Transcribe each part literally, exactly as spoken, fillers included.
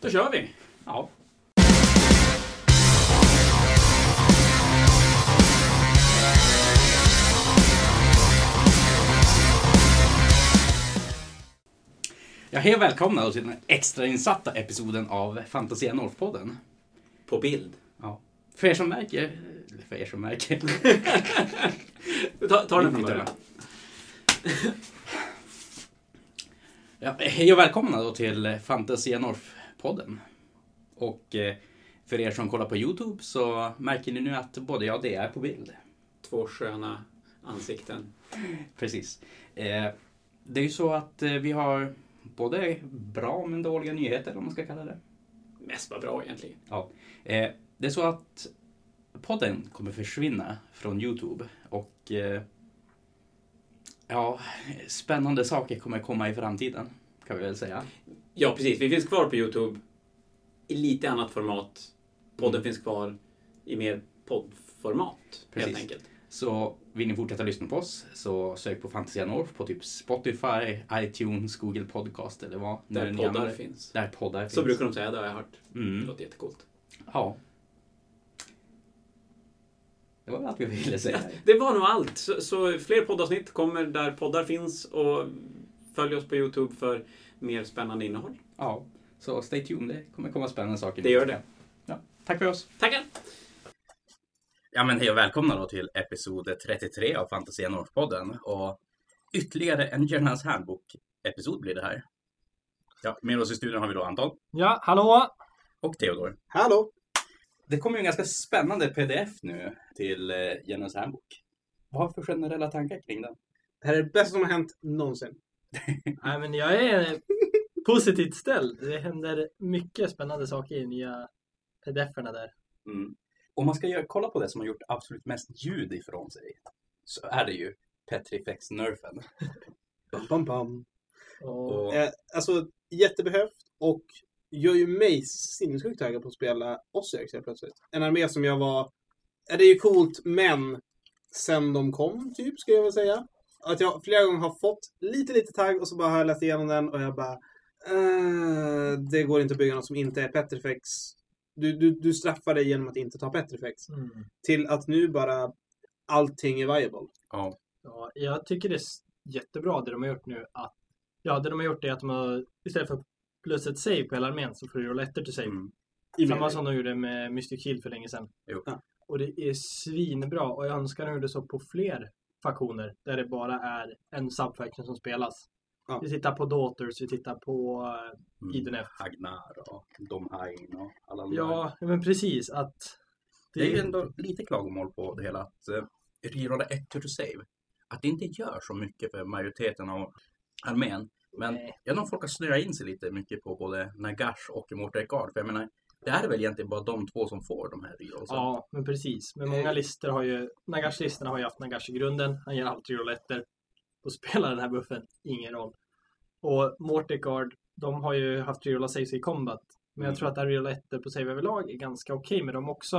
Då kör vi. Ja. Ja, hej och välkomna till den extrainsatta episoden av Fantasia North-podden. På bild. Ja. För er som märker... För er som märker... ta, ta den från början. Ja, hej och välkomna då till Fantasia North-podden. Och eh, för er som kollar på YouTube så märker ni nu att både jag och det är på bild. Två sköna ansikten. Precis. Eh, det är ju så att eh, vi har både bra men dåliga nyheter, om man ska kalla det. Mest var bra egentligen. Ja. Eh, det är så att podden kommer försvinna från YouTube. Och eh, ja, spännande saker kommer komma i framtiden, kan vi väl säga. Ja, precis. Vi finns kvar på YouTube i lite annat format. Podden mm. finns kvar i mer poddformat, precis. Helt enkelt. Så vill ni fortsätta lyssna på oss så sök på Fantasia North på typ Spotify, iTunes, Google Podcast eller vad. Där poddar använder. finns. Där poddar finns. Så brukar de säga, det har jag hört. Mm. Det låter jättecoolt. Ja. Det var allt vi ville säga. Ja, det var nog allt. Så, så fler poddavsnitt kommer där poddar finns och följ oss på YouTube för mer spännande innehåll. Ja, så stay tuned. Det kommer komma spännande saker. Det gör det. Ja, tack för oss. Tackar. Ja, men hej och välkomna då till episod trettiotre av Fantasia North-podden. Och ytterligare en Journals Handbook-episod blir det här. Ja, med oss i studion har vi då Anton. Ja, hallå! Och Theodor. Hallå! Det kommer ju en ganska spännande pdf nu till eh, Journals Handbook. Vad har för generella tankar kring den? Det här är det bästa som har hänt någonsin. Nej, men jag är positivt ställd. Det händer mycket spännande saker i nya pdf-erna där. Mm. Om man ska göra, kolla på det som har gjort absolut mest ljud ifrån sig så är det ju Petrifex-nerfen. Bam, bam, bam. Och... Eh, alltså, jättebehövt och gör ju mig sinnessjukt taggad på att spela Ossex helt plötsligt. En armé som jag var... Eh, det är ju coolt, men sen de kom, typ, ska jag väl säga. Att jag flera gånger har fått lite, lite tagg och så bara har jag läst igenom den och jag bara... Eh, det går inte att bygga något som inte är Petrifex. Du, du, du straffar dig genom att inte ta Petrifex. Mm. Till att nu bara allting är viable. Ja. Ja, jag tycker det är jättebra det de har gjort nu. Att, ja, det de har gjort är att de har, istället för plus ett save på hela armén så får du rolla to save. Mm. Samma som de gjorde med Mystic Shield för länge sedan. Jo. Ja. Och det är svinbra. Och jag önskar nu det så på fler faktioner. Där det bara är en subfaction som spelas. Ja. Vi tittar på Daughters, vi tittar på uh, Mm. Idenef. Hagnar och Domhain och alla de Ja, men precis. Att det... det är ju ändå lite klagomål på det hela. Att uh, rerolla ett to save. Att det inte gör så mycket för majoriteten av armén. Men Nej. jag tror folk har snöat in sig lite mycket på både Nagash och Mortekard. För jag menar, det är väl egentligen bara de två som får de här rerolls. Ja, men precis. Men många listor har ju... Nagash-listorna har ju haft Nagash i grunden. Han ger alltid roletter. Och spelar den här buffen, ingen roll. Och Mortekard, de har ju haft rerolla saves i combat. Men Mm. jag tror att roletter på save överlag är ganska okej okay med dem också.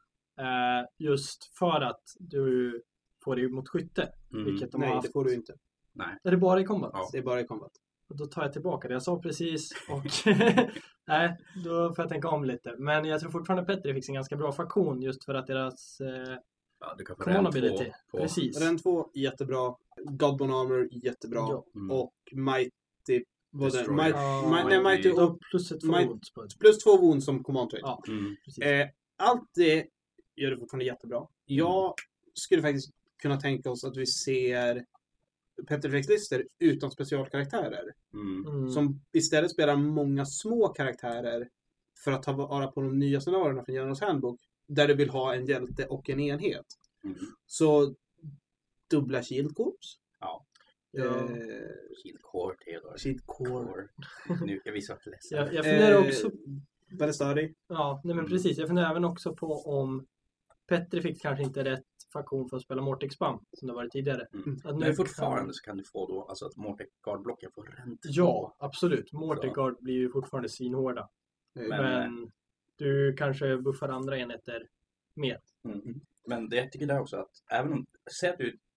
Eh, just för att du får det mot skytte. Mm. Vilket de Nej, har haft. det får du inte. Nej. Är det bara i combat? Ja. Det är bara i combat. Och då tar jag tillbaka det jag sa precis. Och nej, då får jag tänka om lite. Men jag tror fortfarande Petri fick en ganska bra faktion. Just för att deras eh, Ja, du kan få command en två ability. på. Precis. Den två, jättebra. Godbone Armor, jättebra. Ja. Mm. Och Mighty... Vad är det? Destroyer. Mighty, Ja, Mi- nej, Mighty Då och plus ett två Might- wounds på ett. plus två wounds som command trait. Ja, Mm. precis. Eh, allt det gör det fortfarande jättebra. Jag skulle faktiskt kunna tänka oss att vi ser Petrifex-listor utan specialkaraktärer. Mm. Mm. Som istället spelar många små karaktärer för att ta vara på de nya scenarierna från Journals Handbook. Där du vill ha en hjälte och en enhet. Mm. Så dubbla Shield Corps. Ja. Ja. Eh, Shield Core, Theodor. Shield Core. Nu är vi så ledsen. Jag, jag funderar Eh, också... Ballestari. Ja, nej men Mm. precis. Jag funderar även också på om Petri fick kanske inte rätt faktion för att spela Mortex Spam som det varit tidigare. Mm. Att Men fortfarande så kan du få då alltså att Mortekard-blocken får rent. Ja, absolut. Mortegard blir ju fortfarande svinhårda. Eh, Men- Men du kanske buffar andra enheter mer. Mm. Men det jag tycker där också att även om, säg att du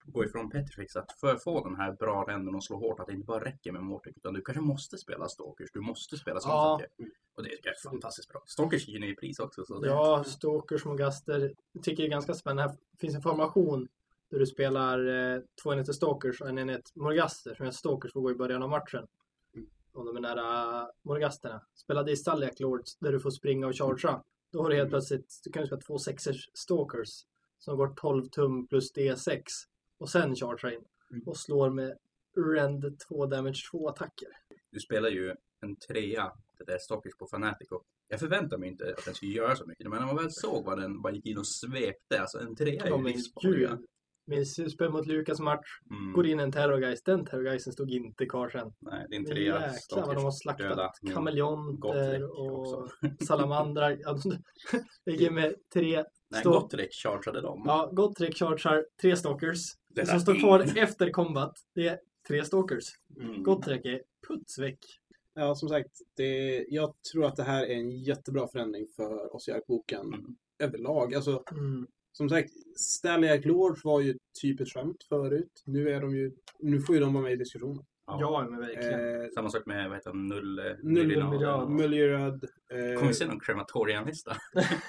gå ifrån Petrifex att för att få den här bra ränden och slå hårt att det inte bara räcker med Mortek utan du kanske måste spela Stalkers, du måste spela sådana Ja. saker. Och det är fantastiskt bra. Stalkers ger ju pris också. Så det... Ja, Stalkers och Gaster tycker jag är ganska spännande. Här finns en formation där du spelar eh, två enheter Stalkers och en enhet Morgaster som är Stalkers får gå i början av matchen. Om de är nära Morgasterna. Spelade i Staliak Lords där du får springa och chargea. Då har du helt plötsligt, du kan ju spela två sexers Stalkers som går tolv tum plus D sex och sen chargea in. Och slår med rend två damage två attacker. Du spelar ju en trea, det där Stalkers på Fanatico. Jag förväntar mig inte att den skulle göra så mycket, men när man väl såg vad den bara gick in och svepte, alltså en trea är Ja, ju men livsfarliga. gud. Minns spel mot Lukas match. Mm. Går in en Terrorgeist. Den Terrorgeisten stod inte kvar sen. Nej, det är en Men trea. jäklar vad de har döda. slaktat Mm. kameleonter Gottrek och också. salamandrar. Ja, de ligger med tre Nej, stå- Gottrek chargeade dem. Ja, Gottrek chargear tre stalkers. Det Det där som står är- kvar efter combat, det är tre stalkers. Mm. Gottrek är putsväck. Ja, som sagt, det, jag tror att det här är en jättebra förändring för Ossiark-boken Mm. överlag. Alltså, Mm. som sagt, Staliak Lords var ju typ ett skämt förut. Nu är de ju, nu får ju de vara med i diskussionen. Ja. Ja, men verkligen. Eh, Samma sak med, vad heter den, null... Null Nullinaden. miljard. Miljöröd. Eh, Kommer vi se någon krematorian-lista?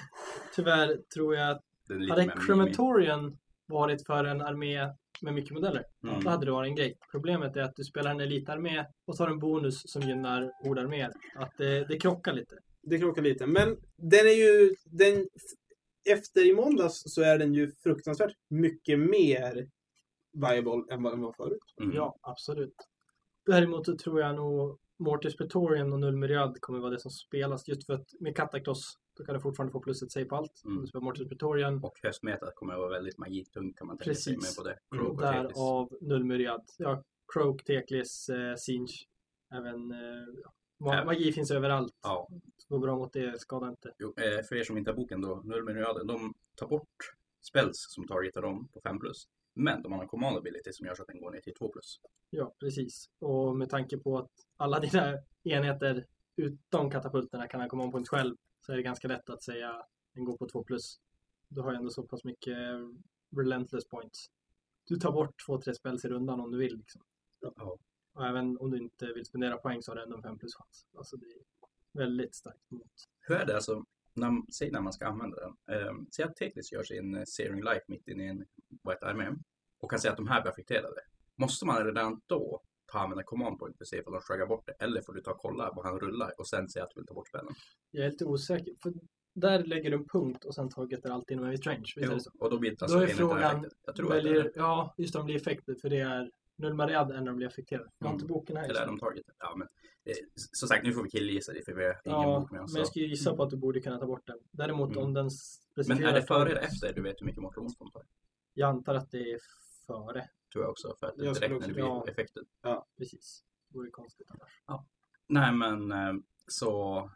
Tyvärr tror jag att Den är lite hade mer mimi. Crematorian varit för en armé med mycket modeller, Mm. då hade det varit en grej. Problemet är att du spelar en elitarmé och tar en bonus som gynnar hordarméer. Att det, det krockar lite. Det krockar lite. Men den är ju, den, efter i måndags så är den ju fruktansvärt mycket mer viable än vad den var förut. Mm. Ja, absolut. Däremot så tror jag nog Mortis Praetorian och Null Myriad kommer vara det som spelas. Just för att med Katakros, då kan du fortfarande få plus ett save på allt. Mm. Om du spelar Mortis Praetorian. Och höstmetat kommer att vara väldigt magitung kan man tänka sig med Precis. både Mm, Croak och Teklis. Därav Null Myriad. Ja, Croak, Teklis, eh, Singe. Även eh, ma- Ja. magi finns överallt. Ja, Så går bra mot det, skadar inte. jo, eh, för er som inte har boken då, Nullmyriaden, de tar bort spells som targetar dem på fem plus. Men de har en command ability som gör så att den går ner till två plus. Ja, precis. Och med tanke på att alla dina enheter utom katapulterna kan ha command point själv, så är det ganska lätt att säga att den går på två plus. Du har ju ändå så pass mycket relentless points. Du tar bort två, tre spells i rundan om du vill. Liksom. Ja. Och även om du inte vill spendera poäng så har du ändå en fem plus chans. Alltså det är väldigt starkt mot. Hur är det alltså, när, säg när man ska använda den. Eh, säg att Teklis gör sin eh, Searing Light mitt inne i en vad heter armé och kan säga att de här blir affekterade. Måste man redan då ta använda command point för att se om de shruggar bort det? Eller får du ta och kolla vad han rullar och sen säga att du vill ta bort spelen? Jag är lite osäker. För där lägger du en punkt och sen targetar alltid inom en viss range. Visst är det så? Och då blir det Då alltså är enligt den frågan, effekten. Jag tror att det väljer, är ja, just de blir effekter för det är Null Myriad än när de blir affekterade. Jag har inte boken här. det just där nu. de targetar. Ja, men eh, som sagt, nu får vi killgissa det för vi har ingen Ja, bok med oss. men jag så- skulle gissa på att du borde kunna ta bort den. Däremot Mm. om den Men specificerar är det före eller targets- efter du vet hur mycket Mortal Wounds de tar? Jag antar att det är före. Tror jag också, för att det Jag skulle direkt när det också- blir ja. effekten. Precis. Det vore konstigt annars. Nej, men eh, så...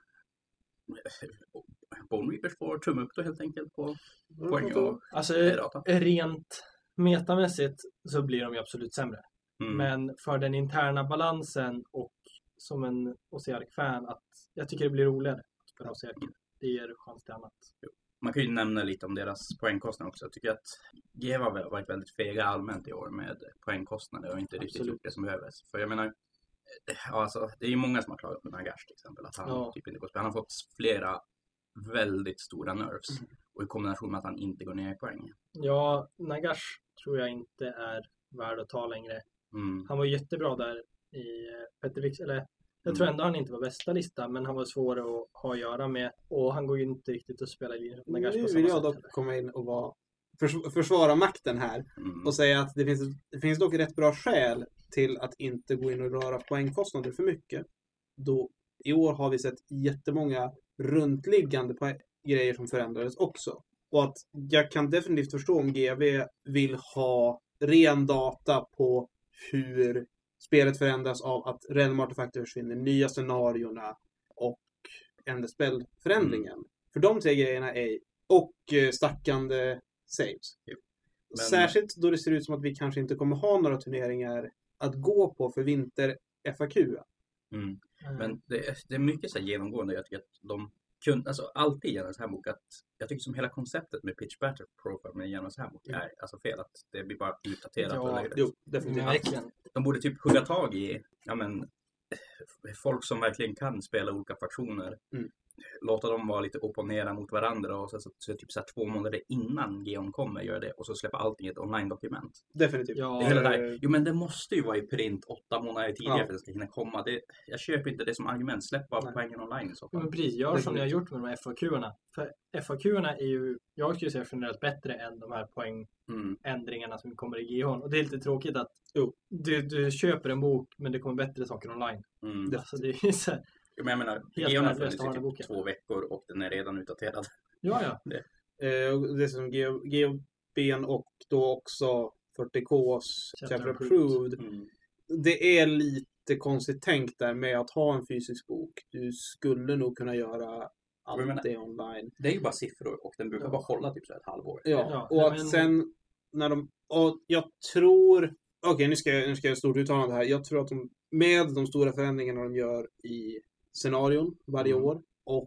Bone Reapers får tumme upp då helt enkelt på poäng och Alltså data. rent metamässigt så blir de ju absolut sämre. Mm. Men för den interna balansen och som en Ossiark-fan att jag tycker det blir roligare att spela Ossiark. Det ger chans till annat. Man kan ju nämna lite om deras poängkostnad också. Jag tycker att G V har varit väldigt fega allmänt i år med poängkostnader och inte riktigt Absolut. gjort det som behövs. För jag menar, ja, alltså, det är ju många som har klagat på Nagash till exempel. Att han Ja. typ inte går att spela. Han har fått flera väldigt stora nerfs. Mm. Och i kombination med att han inte går ner i poäng. Ja, Nagash tror jag inte är värd att ta längre. Mm. Han var jättebra där i eh, Petrivix, eller jag Mm. tror ändå han inte var bästa lista, men han var svår att ha att göra med. Och han går ju inte riktigt att spela i Nagash Nu på vill samma jag sätt dock heller. komma in och vara, förs- försvara makten här Mm. och säga att det finns, det finns dock rätt bra skäl till att inte gå in och röra poängkostnader för mycket. Då i år har vi sett jättemånga runtliggande poäng- grejer som förändrades också. Och att jag kan definitivt förstå om G V vill ha ren data på hur spelet förändras av att random artefakter försvinner, nya scenarierna och endespell-förändringen. Mm. För de tre grejerna är och eh, stackande saves. Men- Särskilt då det ser ut som att vi kanske inte kommer ha några turneringar att gå på för vinter F A Q. Mm. Mm. Men det är, det är mycket så här genomgående. Jag tycker att de kun, alltså, alltid i Generals Handbook att jag tycker som hela konceptet med Pitch Battle Profile med Generals Handbook är alltså fel. Att det blir bara utdaterat Ja, och löjligt. Jo, definitivt. Verkligen. De borde typ hugga tag i ja, men, folk som verkligen kan spela olika faktioner. Mm. Låta dem vara lite opponera mot varandra och så, så, så typ så här, två månader innan Geon kommer gör det och så släppa allting i ett online-dokument. Definitivt. Ja, Det hela där, jo men det måste ju vara i print åtta månader tidigare Ja. för att det ska hinna komma. Det, jag köper inte det som argument. Släpp bara Nej. poängen online i så fall. men precis, gör som ni har gjort med de här F A Q-erna. För F A Q-erna är ju, jag skulle säga generellt bättre än de här poängändringarna Mm. som kommer i G H. Och det är lite tråkigt att Jo. du, du köper en bok men det kommer bättre saker online. Mm. Alltså det är ju så här, Jo, men jag menar, Helt Geon har värdelöst funnits att ha i den typ boken. två veckor och den är redan utdaterad. ja ja. Eh, och dessutom G O B och då också fyrtio K:s Chapter Chapter Approved. Approved. Mm. Det är lite konstigt tänkt där med att ha en fysisk bok. Du skulle nog kunna göra allt Jag menar- det online. Det är ju bara siffror och den brukar Ja. bara hålla typ så här ett halvår. Ja, Ja, och nej, att men- sen när de... Och jag tror... Okej, nu ska jag, nu ska jag stort uttalande här. Jag tror att de, med de stora förändringarna de gör i scenarion varje Mm. år och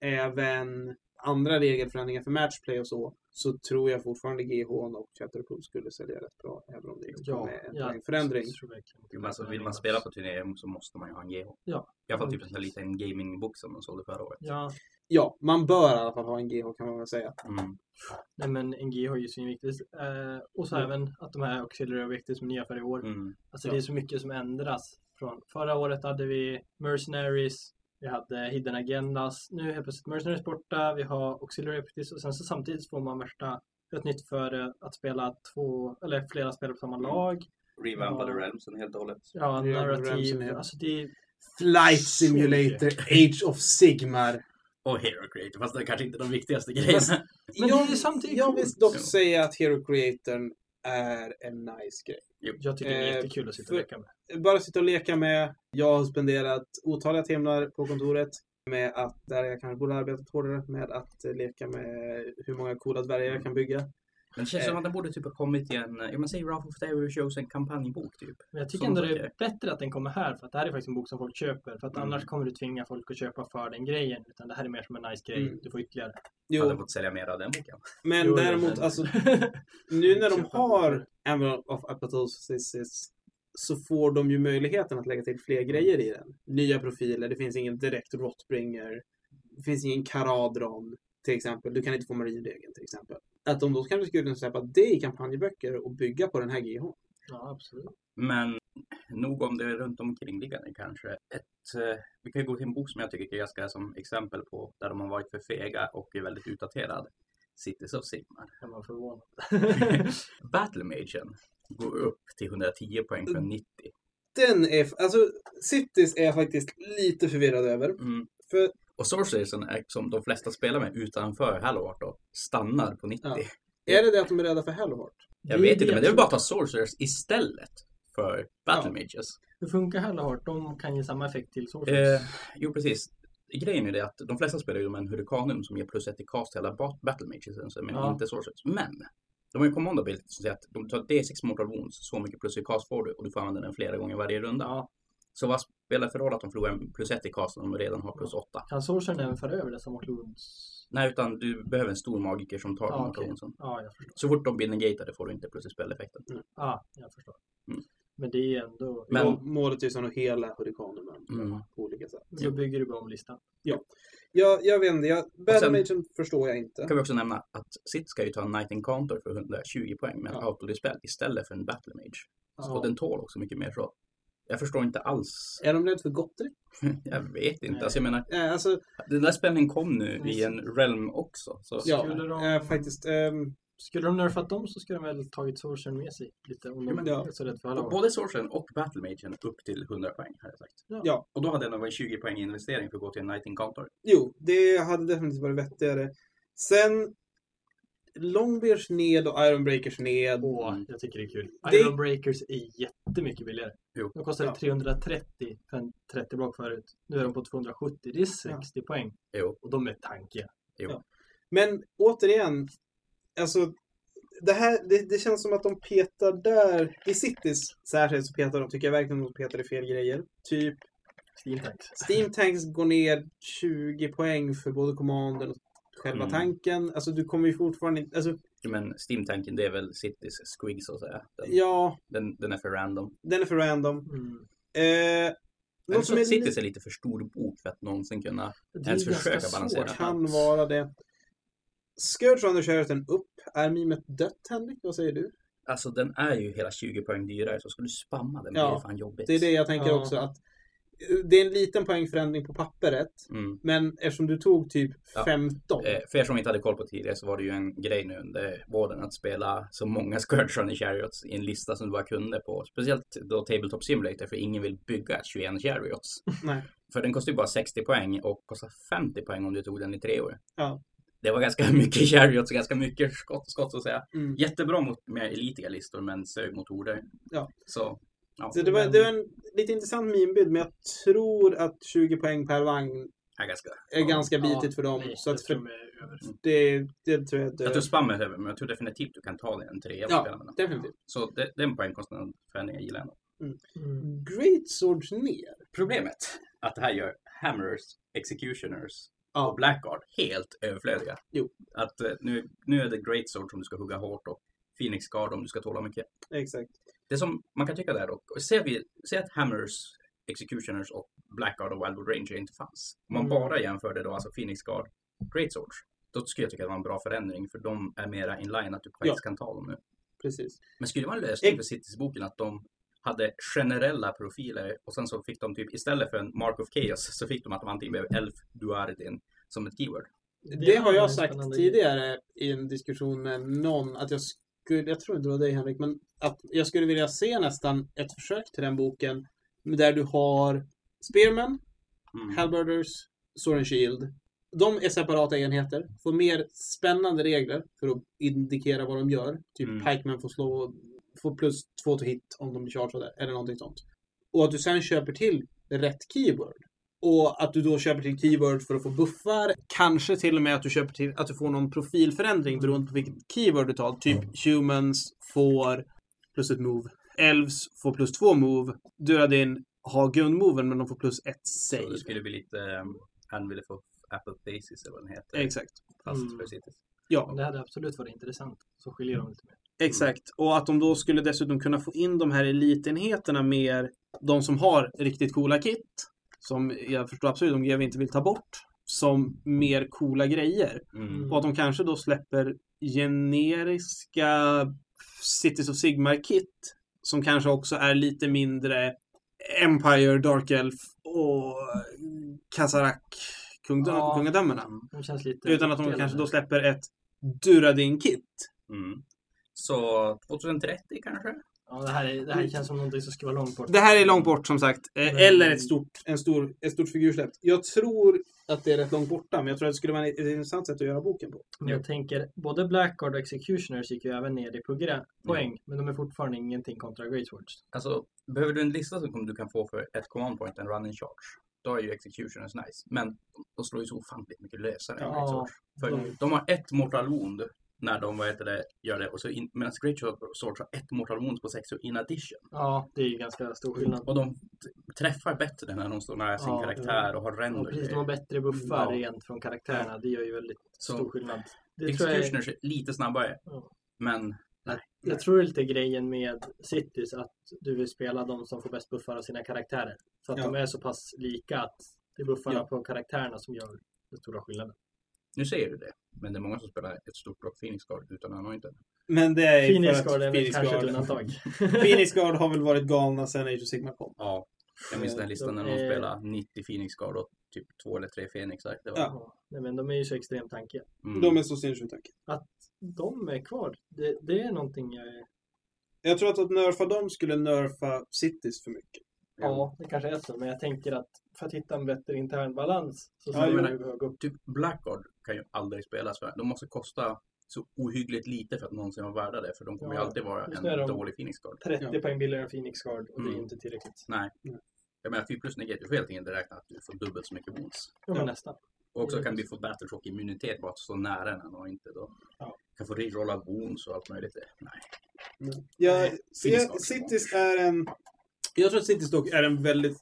även andra regelförändringar för matchplay och så, så tror jag fortfarande G H och Chapter Approved skulle sälja rätt bra, även om det inte Ja, är en ja, poängförändring. jag tror verkligen inte Jo, men alltså, det. vill man spela på turnering så måste man ju ha en G H. Ja. Jag har fått typ en sån här liten gamingbok som de sålde förra året. Ja, Ja, man bör i alla fall ha en G H kan man väl säga. Mm. nej men en G H är ju svinviktigt. Eh, och så Ja. även att de här auxiliary objektiv som är nya för i år. Mm. Alltså Ja. det är så mycket som ändras. Från förra året hade vi Mercenaries, vi hade Hidden Agendas. Nu är helt plötsligt Mercenaries borta, vi har auxiliary objectives och sen så samtidigt får man värsta ett nytt för eh, att spela två eller flera spelare på samma Mm. lag. Revampade Ja. Realmsen helt och hållet. Ja, Det är narrativ. Ramsen, ja. Alltså det är Flight Så Simulator, Age of Sigmar. Och Hero Creator, fast det är kanske inte de viktigaste grejerna. Men jag, det är samtidigt jag coolt. vill dock Ja. säga att Hero Creatorn är en nice grej. Jag tycker det är Eh, jättekul att sitta för- och leka med. Bara sitta och leka med. Jag har spenderat otaliga timmar på kontoret med att, där jag kanske borde ha arbetat hårdare, med att eh, leka med hur många coola dvärgar jag kan bygga. Men det känns som att den borde typ ha kommit i en, ja man säger Wrath of Terror Shows en kampanjbok typ. Men jag tycker Som ändå det saker. är bättre att den kommer här för att det här är faktiskt en bok som folk köper. För att Mm. annars kommer du tvinga folk att köpa för den grejen. Utan det här är mer som en nice grej. Mm. Du får ytterligare. Jag hade Jo, fått sälja mer av den boken. men Jo, däremot, men- alltså, nu när de Köpa har böcker. Emblem of Apoptosis så får de ju möjligheten att lägga till fler grejer i den. Nya profiler, det finns ingen direkt Rotbringer. Det finns ingen Karadron till exempel. Du kan inte få marinregeln till exempel. Att de då kanske skulle kunna släppa det i kampanjböcker och bygga på den här G H. Ja, absolut. Men nog om det runt omkringliggande kanske. Ett, eh, vi kan ju gå till en bok som jag tycker är ganska som exempel på där de har varit för fega och är väldigt utdaterad. Cities of Sigmar. Kan man förvåna. Battlemagen går upp till hundratio poäng från nittio. Den är, alltså Cities är jag faktiskt lite förvirrad över. Mm. För Och Sorcerersen är som de flesta spelar med utanför Hallowart då, stannar på nittio. Ja. är det det att de är rädda för Hellheart? Jag Det vet är inte, det men det är väl jag bara att ta Sorcerers istället för Battle Ja. Mages. Hur funkar Hellheart? De kan ge samma effekt till Sorcerers. Eh, jo, precis. Grejen är det att de flesta spelar ju med en Hurricanum som ger plus ett i cast till alla bat- Battle Mages, men Ja. inte Sorcerers. Men de har ju command ability som säger att de tar D sex mortal wounds, så mycket plus i cast får du och du får använda den flera gånger varje runda. Ja. Så vad spelar det för roll att de förlorar en plus ett i cast om de redan har plus åtta? Kan Sorcerern även föra över dessa mot Lunds? Nej, utan du behöver en stor magiker som tar Ja, de mortal okej. woundsen. Ja, jag förstår. Så fort de blir negated får du inte plus i speleffekten. Ja, jag förstår. Mm. Men det är ändå... Men- Och målet är ju som att hela Hurricanumen Mm. på olika sätt. Då bygger du bara om listan. Jag, jag vet inte, jag, Battle sen- Magen förstår jag inte. Kan vi också nämna att Sitt ska ju ta en Night Encounter för hundratjugo poäng med en Ja. autodispel istället för en Battle Mage. Ja. Och den tål också mycket mer så. Jag förstår inte alls. Är de rädda för Gottri? Jag vet inte. Nej. Alltså jag menar, Eh, alltså, den där spänningen kom nu i en realm också. Så. ja, Skulle de- eh, faktiskt. ehm, Skulle de nerfat dem så skulle de väl tagit Sorcerern med sig lite. Om de Ja, men ja. är så rädd för Och alla. både Sorcerer och Battle Magen upp till hundra poäng har jag sagt. ja, Och då hade den varit tjugo poäng investering för att gå till en Night Encounter. jo, det hade definitivt varit vettigare. Sen, Longbears ned och Ironbreakers ned. Åh, jag tycker det är kul. Det- Iron Breakers är jättemycket billigare. Jo. De kostade Ja. trehundratrettio för en trettio block förut. Nu är de på tvåhundrasjuttio. Det är sextio poäng. Jo. Och de är tankiga. Men återigen, alltså det här, det, det känns som att de petar där, i Cities särskilt så petar de, tycker jag verkligen att de petar i fel grejer. Typ Steam Tanks. Steam Tanks går ner tjugo poäng för både Commander och själva Mm. tanken. Alltså du kommer ju fortfarande inte... Alltså, Men Steam-tanken, det är väl Cities Squig så att säga. Den, ja, den, den är för random. den är för random. Mm. Eh, Men något som så är Cities li- är lite för stor bok för att någonsin kunna Det är ens ganska försöka svårt. balansera. kan vara det. Scourge Runner Sheraton upp. Är mimet dött, Henrik? Vad säger du? Alltså den är ju hela tjugo poäng dyrare, så ska du spamma den Ja, blir det fan jobbigt. Det är det jag tänker Ja. också. Att det är en liten poängförändring på pappret. Mm. Men eftersom du tog typ Ja. femton. Eh, för er som inte hade koll på tidigare så var det ju en grej nu under våren att spela så många Scourge Runner Chariots i en lista som du bara kunde på. Speciellt då Tabletop Simulator, för ingen vill bygga tjugoett Chariots. Nej. För den kostar ju bara sextio poäng och kostar femtio poäng om du tog den i tre år. Ja. Det var ganska mycket Chariots och ganska mycket skott, skott så att säga. Mm. Jättebra mot mer elitiga listor men sög mot order. Ja. Så, ja. Så det var, det var en lite intressant minbild, men jag tror att tjugo poäng per vagn är ganska... är ja. ganska bitigt Ja, för dem. nej, Så att jag tror för, de är över. det, det tror jag att det Jag tror spammet är över, men jag tror definitivt du kan ta det en trea på Ja, spelarna. definitivt. Så det, det är en poängkostnadsförändring jag gillar ändå. Mm. Great Swords ner. Problemet att det här gör Hammers, Executioners och Ja, Blackguard helt överflödiga. Jo. Att eh, nu, nu är det Great Sword som du ska hugga hårt och Phoenix Guard om du ska tåla mycket. exakt. Det som man kan tycka där dock, ser vi ser att Hammers, Executioners och Blackguard och Wildwood Ranger inte fanns. Om man Mm. bara jämförde då alltså Phoenix Guard, Great Swords, då skulle jag tycka att det var en bra förändring för de är mera inline att du faktiskt kan ta dem nu. Precis. Men skulle det vara en lösning Ex- för Cities-boken att de hade generella profiler och sen så fick de typ istället för en Mark of Chaos så fick de att de antingen blev Elf Duardin som ett keyword. Det har var jag en sagt spännande tidigare i en diskussion med någon att jag skulle, jag tror inte det var dig Henrik, men att jag skulle vilja se nästan ett försök till den boken där du har Spearman, Mm. Halberders, Sword and Shield. De är separata enheter, får mer spännande regler för att indikera vad de gör. Typ Mm. Pikeman får slå, får plus två till hit om de blir chargade eller någonting sånt. Och att du sen köper till rätt keyword. Och att du då köper till keyword för att få buffar. Kanske till och med att du köper till att du får någon profilförändring beroende på vilket keyword du tar. Typ humans får plus ett move. Elves får plus två move. Duradin har grundmoven men de får plus ett Så save. det skulle bli lite um, Anvil for Apple Basis eller vad den heter. Exakt. Fast Mm. för Cities. Ja, Det hade absolut varit intressant. Så skiljer de lite mer. exakt. Och att de då skulle dessutom kunna få in de här elitenheterna mer. De som har riktigt coola kit. Som jag förstår absolut de G W inte vill ta bort. Som mer coola grejer. Mm. Och att de kanske då släpper generiska Cities of Sigmar-kit som kanske också är lite mindre Empire, Dark Elf och Kazarak Ja. kungadömena. De känns lite... Utan att de viktigare. kanske då släpper ett Duradin-kit. Mm. Så tjugohundratrettio kanske? Ja, det här, är, det här känns som någonting som ska vara långt bort. Det här är långt bort som sagt. Eh, Men- Eller ett stort, en stor, ett stort figursläpp. Jag tror att det är rätt långt borta, men jag tror att det skulle vara ett intressant sätt att göra boken på. Men jag tänker, både Blackguard och Executioners gick ju även ner i program, poäng. Men de är fortfarande ingenting kontra Great Swords. Alltså, behöver du en lista som du kan få för ett command point, en run in charge, då är ju Executioners nice. Men de slår ju så ofantligt mycket lösare än Ja, Great Swords. För de- de har ett mortal wound när de vad heter det, gör det. Och så in, medan Great Swords har ett mortal wound på sex in addition. Ja, det är ju ganska stor skillnad. Och de t- träffar bättre när de står nära sin Ja, karaktär och har Ja, ränder. precis, de har bättre buffar Ja. rent från karaktärerna. Det gör ju väldigt Så- stor skillnad. Det tror jag, Executioners är lite snabbare. Ja. Men nej. jag tror det är lite grejen med Cities att du vill spela de som får bäst buffar av sina karaktärer. Så att Ja. de är så pass lika att det är buffarna Ja. på karaktärerna som gör den stora skillnaden. Nu säger du det. Men det är många som spelar ett stort block Phoenix Guard utan anointed. Men det är Phoenix för att Guard är väl Phoenix kanske ett Guard- undantag. Phoenix Guard har väl varit galna sen Age of Sigmar kom. Ja. Jag minns den här listan när de Eh, spelade nittio Phoenix Guard och typ två eller tre Phoenixar. Det var, Ja. Ja. Nej, men de är ju så extremt tankiga. mm. De är så sinnessjukt tankiga. Att de är kvar, det, det är någonting jag är... Jag tror att att nerfa dem skulle nerfa Cities för mycket. Ja, det kanske är så. Men jag tänker att för att hitta en bättre intern balans så Ja, skulle jag man menar- ju behöva gå upp. Typ Blackguard kan ju aldrig spelas för. De måste kosta så ohyggligt lite för att någonsin vara värda det. För de kommer Ja, ju alltid vara just en det är de. dålig Phoenix Guard. trettio Ja. poäng billigare än Phoenix Guard och det är Mm. inte tillräckligt. Nej. Nej. Jag menar, fyra plus negativ, du får helt enkelt räkna att du får dubbelt så mycket wounds. Ja, men Ja. nästan. Och också Mm. kan vi få Battleshock immunitet bara att stå nära den och inte då. Ja. Kan få rerolla wounds och allt möjligt. Nej. Jag, Nej, så Phoenix jag, Guard. Cities är en... Jag tror att Cities dock är en väldigt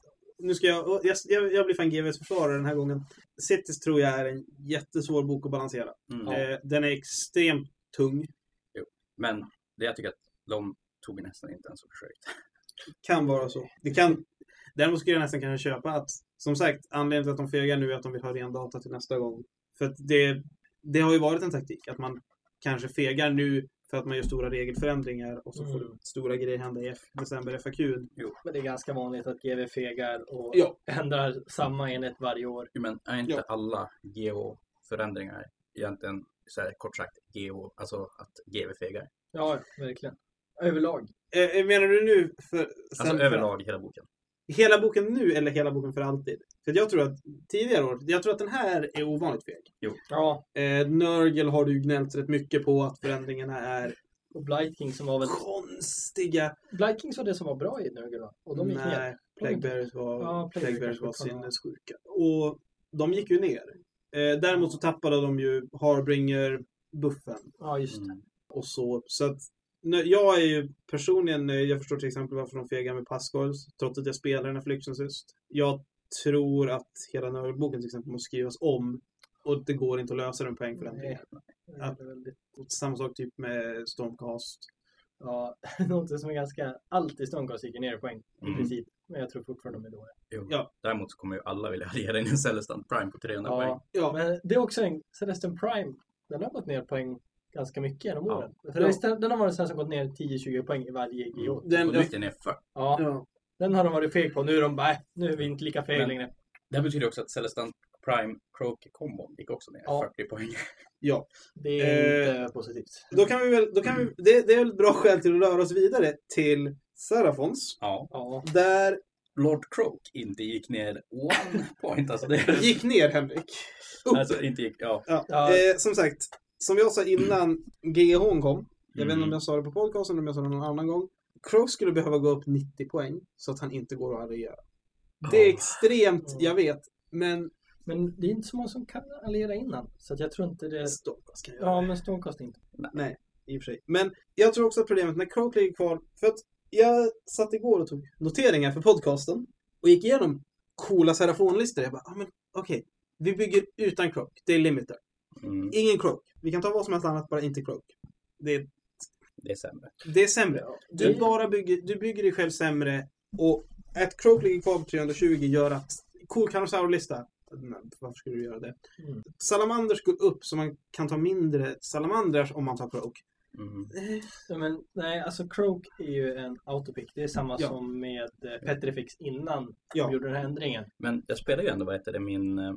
nu ska jag, jag, jag, jag blir fan G Vs försvarare den här gången. Cities tror jag är en jättesvår bok att balansera. Mm. Eh, den är extremt tung. Jo. Men det jag tycker att de tog nästan inte ens och försökt. Kan vara så. Det kan, däremot skulle jag nästan kunna köpa att, som sagt, anledningen till att de fegar nu är att de vill ha ren data till nästa gång. För att det, det har ju varit en taktik att man kanske fegar nu för att man gör stora regelförändringar och så får Mm. du stora grejer hända i F- december F A Q. Men det är ganska vanligt att G V fegar och Ja. ändrar samma enhet varje år. Jo, men är inte Ja. alla geo-förändringar egentligen så här, kort sagt geo, alltså att G V fegar? Ja, verkligen. Överlag. Eh, menar du nu för... Alltså sen- överlag hela boken. Hela boken nu eller hela boken för alltid? För jag tror att tidigare år, jag tror att den här är ovanligt feg. Ja, Eh, Nurgle har du gnällt rätt mycket på att förändringarna är och Blight King som var väl... konstiga. Blight Kings var det som var bra i Nurgle va? Och de gick ner. Nej, Plaguebearers var, Ja, Plague Plaguebearers var Bearers var sinnessjuka. Och de gick ju ner. Eh, däremot så tappade de ju Harbringer-buffen. Ja, just det. Mm. Och så. Så att nu- jag är ju personligen, eh, jag förstår till exempel varför de fegar med Pascals, trots att jag spelar den här Flyktensist. Jag tror att hela Nurgle-boken till exempel måste skrivas om. Och det går inte att lösa den poängförändringen. Det är väldigt... Samma sak typ med Stormcast. Ja, något som är ganska... Alltid Stormcast gick ner i poäng i Mm. princip. Men jag tror fortfarande de är dåliga. Jo. Ja. Däremot så kommer ju alla vilja ge in en Celestant Prime på trehundra poäng. Ja, Ja, men det är också en Celestin Prime. Den har gått ner poäng ganska mycket genom Ja. åren. För Ja. den- den har varit den som gått ner tio till tjugo poäng i varje G O. Mm. Den- och nu gick den ner för. Ja, ja. den har de varit feg på. Nu är de bara, "Äh, nu är vi inte lika feg Men- längre. Det här betyder också att Celestant Prime Croak-kombon gick också ner Ja. fyrtio poäng. ja. Det är Eh, inte positivt. Då kan vi väl, då kan vi, det, det är väl ett bra skäl till att röra oss vidare till Serafons. Ja. Ja, Där Lord Croak inte gick ner one point. Alltså, det, gick ner Henrik. Upp. alltså inte gick, ja. Ja. Ja. Eh, som sagt, som jag sa innan G H kom. Jag vet inte om Mm. jag sa det på podcasten eller om jag sa det någon annan gång. Croak skulle behöva gå upp nittio poäng så att han inte går att alliera. Det är Ja. extremt, Mm. jag vet. Men men det är inte så många som kan alliera innan. Så att jag tror inte det... Stormcast kan göra Ja, det. men Stormcast inte. Nej, i och för sig. Men jag tror också att problemet när Croak ligger kvar. För att jag satt igår och tog noteringar för podcasten. Och gick igenom coola Serafonlistor. Jag bara, ah, men okej. Vi bygger utan Croak. Det är limiter. Mm, Ingen Croak. Vi kan ta vad som helst annat, bara inte Croak. Det är, det är sämre. det är sämre. Ja, Du det- bara bygger, du bygger dig själv sämre. Och att Croak ligger kvar på trehundratjugo gör att cool Carnosaur-lista. Nej, varför skulle du göra det? Mm. Salamanders går upp så man kan ta mindre salamanders om man tar Croak. Mm. Eh, Ja, men, nej, alltså Croak är ju en autopick. Det är samma Ja. som med eh, Petrifix innan Ja. de gjorde den här ändringen. Men jag spelade ju ändå, vad heter det, min eh,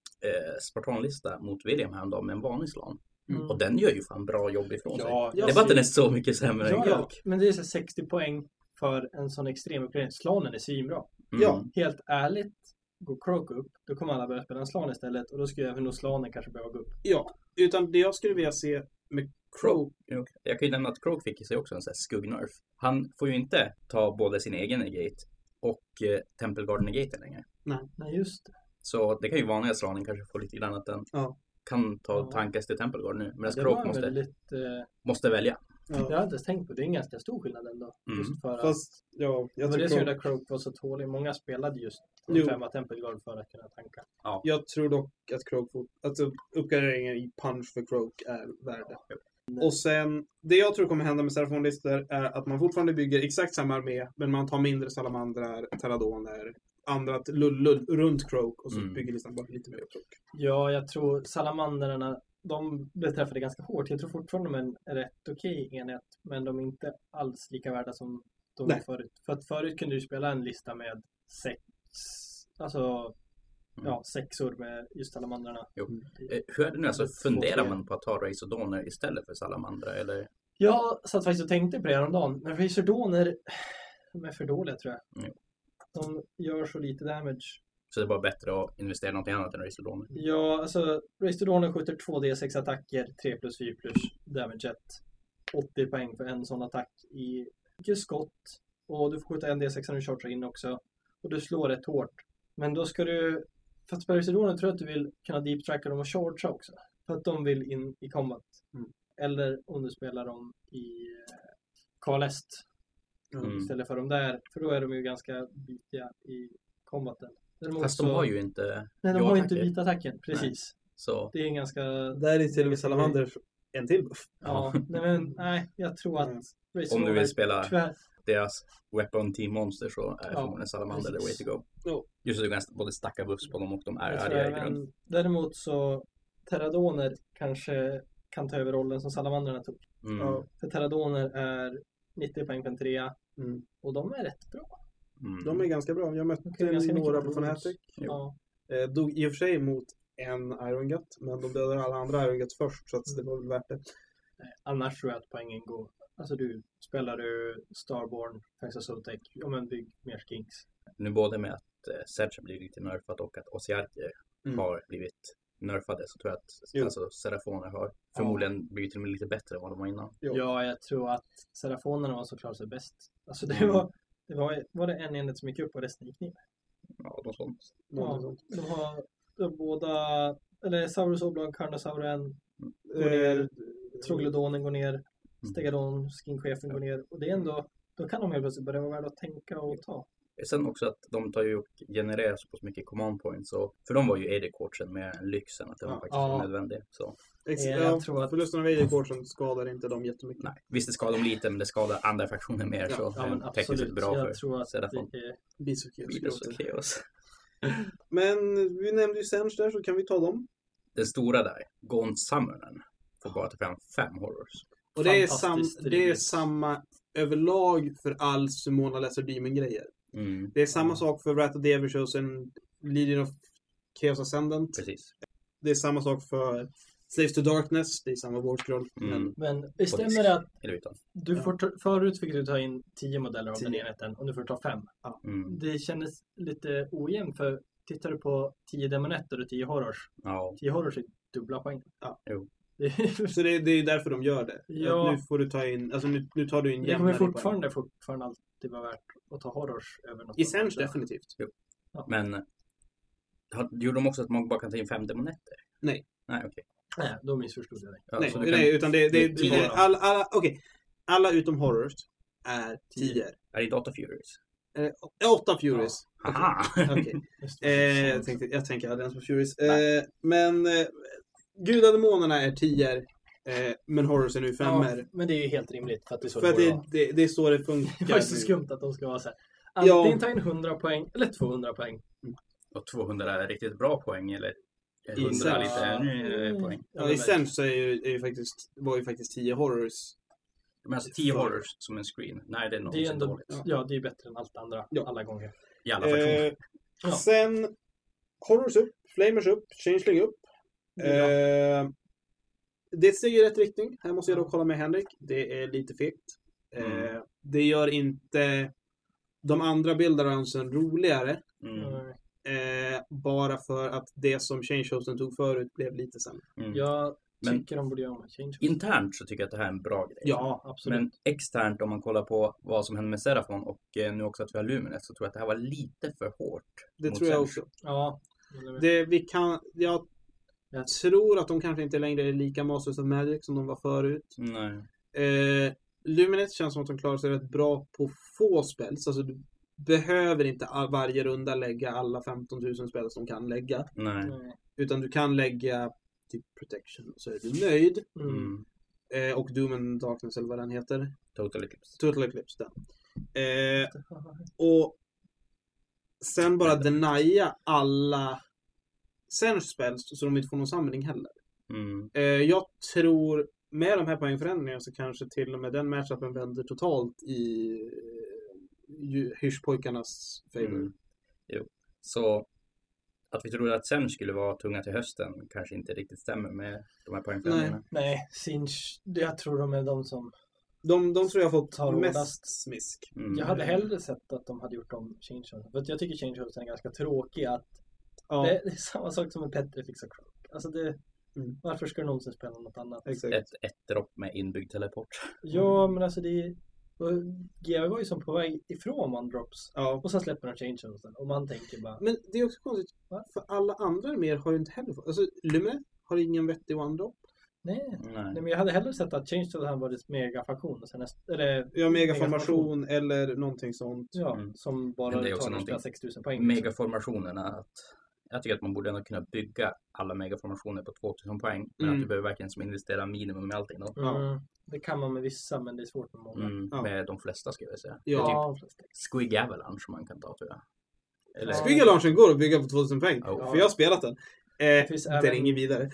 Spartanlista mot William häromdagen med en vanlig slan. Mm. Och den gör ju fan bra jobb ifrån sig. Ja, Det är bara att den är så mycket sämre än ja, Croak. men det är så sextio poäng för en sån extrem uppgradering. Slanen är svinbra. Mm. Ja. Helt ärligt, går Croak upp, då kommer alla börja spela en slan istället. Och då skulle även nog slanen kanske behöva gå upp. Ja, utan det jag skulle vilja se med Croak. Jo. Jag kan ju nämna att Croak fick i sig också en sån här skuggnerf. Han får ju inte ta både sin egen negate och eh, Temple Guard negaten längre. Nej, just det. Så det kan ju vanliga slanen kanske få lite grann att den Ja. kan ta Ja. tankas till Temple Guard nu. Medan det Croak var måste, väldigt... Eh, måste välja. Jag har inte ens tänkt på det. Det är en ganska stor skillnad ändå. Mm. Just för att, Fast, ja, det jag var det tror, som Croak, gjorde att Croak var så tålig. Många spelade just en Jo. femma Temple Guard för att kunna tanka. jag tror dock att Croak får, alltså uppgraderingen i punch för Croak är värde. Och sen, det jag tror kommer hända med Serafonlistor är att man fortfarande bygger exakt samma armé, men man tar mindre salamandrar, terradoner, andra lull, lull, runt Croak och så Mm. bygger listan bara lite mer Croak. Ja, jag tror salamandrarna, de blev träffade ganska hårt. Jag tror fortfarande de är en rätt okej enhet, men de är inte alls lika värda som de Nej. var förut. För att förut kunde du spela en lista med sex, alltså Mm. ja, sexor med just salamandrarna. Jo. Eh, Hur är det nu? Alltså, Två, funderar tre. man på att ta Razordoner istället för Salamandra? Eller? Jag satt faktiskt och tänkte på det häromdagen, men Razordoner, de är för dåliga tror jag. Mm. De gör så lite damage. Så det är bara bättre att investera i något annat än Razordoner? Ja, alltså Razordoner skjuter två D sex attacker, tre plus fyra plus damage ett. åttio poäng för en sån attack i mycket skott. Och du får skjuta en D sex när du chargear in också. Och du slår rätt hårt. Men då ska du, för att spela Razordoner tror jag att du vill kunna deep tracka dem och chargea också. För att de vill in i combat. Mm. Eller om du spelar dem i Karl Est Mm. istället för dem där. För då är de ju ganska bitiga i combaten. Däremot Fast så... de har ju inte Nej, de har ju attacker. inte vita attacken. Precis. Så Det är en ganska... Där är till och med Salamander en till buff. Ja, nej men nej, jag tror att... Mm. Race om du Rover- vill spela Tyvärr. deras Weapon Team Monster så är Ja, förmodligen Salamander the way precis. to go. Jo. Just att du kan både stacka buffs på dem och de är Jag tror arga i även- grund. Däremot så Terradoner kanske kan ta över rollen som Salamanderna tog. Mm. Ja. För Terradoner är nittio poäng för en trea Mm. och de är rätt bra. Mm. De är ganska bra. Jag De kan mötte ganska mycket några på på Fnatic. Jo. Ja. Eh, dog i och för sig mot en Iron Gut, men de dödade alla andra Iron Guts först, så att det var väl värt det. Nej, annars tror jag att poängen går. Alltså du spelar du Starborn, Fenxa Soltech, ja men bygg mer skinks. Nu både med att eh, Sedge har blivit lite nerfat och att Osiarke Mm. har blivit nerfade så tror jag att Jo. alltså, Serafoner har förmodligen blivit till och med lite bättre än vad de var innan. Jo. Ja, jag tror att Serafonerna var så klart sig bäst. Alltså det Mm. var, det var, var det en enhet som gick upp och resten gick ner. Ja, de sånt. Något Ja, sånt. de har de båda, eller Saurus Oblong, Carnosauren, går Eh, ner, Troglodonen går ner, Stegadon, skinchefen går ner och det är ändå, då kan de helt plötsligt börja vara värda att tänka och ta. Sen också att de tar ju och genererar så pass mycket command points. Så, för de var ju A D-coachen med lyxen att det var Ja. faktiskt Ja. nödvändigt. Så, Ex- Eh, jag ja, tror att- Förlusten av Vader-coursen skadar inte dem jättemycket. nej. Visst, det skadar dem lite men det skadar andra fraktioner mer. Ja, så Ja det men är tekniskt sett absolut, bra jag för tror att Serafon. det är, Bisok Midas och Chaos. Men vi nämnde ju Sench där, så kan vi ta dem. Den stora där, Gaunt Summonen, får bara ta fram fem horrors. Och det är, sam, Fantastiskt det är rimligt. samma överlag för all Sumona Lesser Demon-grejer. Mm, Det är samma Ja. sak för Wrath of the Everchosen, Legion of Chaos Ascendant. precis. Det är samma sak för Slaves to Darkness. Det är samma vårdscroll. Mm. Men men det stämmer det att Eller utan. du Ja. får ta, förut fick du ta in tio modeller av Tio. den enheten och nu får du ta fem. Mm. Det kändes lite ojämnt för tittar du på tio demonetter och tio horrors, Ja, tio horrors är dubbla poäng. Ja. Jo. Det, så det, det är därför de gör det. Ja. Att nu får du ta in, alltså nu, nu tar du in det kommer jämnare fortfarande, fortfarande alltid vara värt att ta horrors över något poäng. I av Sench det. definitivt. men har, gjorde de också att man bara kan ta in fem demonetter? Nej. Nej, okej. Nej, då missförstod jag dig. Ja, nej, så du kan- nej, utan det, det, det- det, det- det alla, alla, okej. Alla utom Horrors är tio. Är det inte åtta Furies? Eh, åtta Furies. Haha! Okej. Just det. Eh, jag, tänkte, jag tänker aldrig ens på Furies. Eh, men eh, gudademonerna är tio. Eh, men Horrors är nu ja, femmer. men det är ju helt rimligt för att det är så För att borde det, vara. det, det är så det funkar. Det var ju så nu. skumt att de ska vara så här. Ja. Antingen ta in hundra poäng eller tvåhundra poäng. Och tvåhundra är riktigt bra poäng eller I hundra Sench. lite mm. poäng. Ja, Ja, men I Sench så är ju, är ju faktiskt, var ju faktiskt tio Horrors. Men alltså tio För- horrors som en screen. Nej, det är det någonsin är ändå, dåligt. Ja. ja, det är bättre än allt andra Ja. alla gånger. I alla fraktioner. Eh, Ja. Sen Horrors upp, Flamers upp, Changeling upp. Det är bra. Eh, det är ett steg i rätt riktning. Här måste jag dock hålla med Henrik. Det är lite fegt. Eh, Mm. Det gör inte de andra bildarrörelsen roligare. Mm. Mm. Eh, bara för att det som Changehosten tog förut blev lite sämre. Mm. Jag Men- tycker de borde göra en change. Internt så tycker jag att det här är en bra grej. Ja, absolut. Men externt om man kollar på vad som hände med Serafon och eh, nu också att vi har Lumineth så tror jag att det här var lite för hårt. Det mot tror jag Sench. också. Ja. Det, vi kan, jag Jag tror att de kanske inte längre är lika Masters of Magic som de var förut. Nej. Eh, Lumineth känns som att de klarar sig rätt bra på få spells. Alltså du behöver inte all, varje runda lägga alla femton tusen spells de kan lägga. Nej. Nej. Utan du kan lägga typ Protection så är du nöjd. Mm. Mm. Eh, och Doom and Darkness eller vad den heter. Total Eclipse. Total Eclipse den. Eh, och sen bara denia alla Sench spells så de inte får någon samling heller. Mm. Eh, jag tror med de här poängförändringarna så kanske till och med den matchupen vänder totalt i eh, Hirschpojkarnas favor. Mm. Jo. Så att vi trodde att Sench skulle vara tunga till hösten kanske inte riktigt stämmer med de här poängförändringarna. Nej, Sinch, det- jag tror de är de som... De, de tror jag har fått Tar mest hårdast. smisk. Mm. Jag hade hellre sett att de hade gjort om Changehouse. För att jag tycker Changehouse är ganska tråkig. Att Ja, det, det är samma sak som med Petrifix och Croc. Alltså det... Mm. Varför ska du någonsin spela något annat? exakt. Ett, ett dropp med inbyggd teleport. Ja, men alltså det är... och G W var ju som på väg ifrån one-drops. Ja. Och sen släpper de Changehouse. Och man tänker bara... Men det är också konstigt, Va? för alla andra mer har ju inte heller fått. Alltså, Lumineth har ingen vettig one-drop. Nej. Nej. Nej, men jag hade hellre sett att Change to the Hand var ett megafaktion. Och sen näst, eller, Ja, megaformation eller någonting sånt. Ja, Mm. som bara Men det är också tar någonting- sex tusen poäng. Megaformationerna, att jag tycker att man borde ändå kunna bygga alla megaformationer på tvåtusen poäng. Men Mm. att du behöver verkligen som investera minimum i allting då. Mm. Det kan man med vissa, men det är svårt med många. Mm, Ja. Med de flesta skulle jag säga. Ja. Ja, de flesta. Squig Avalanche som man kan ta tror jag. Eller, Ja. Squiggle Launchen går att bygga på tvåtusen poäng. Ja. För jag har spelat den. Eh, finns det är även- ingen vidare.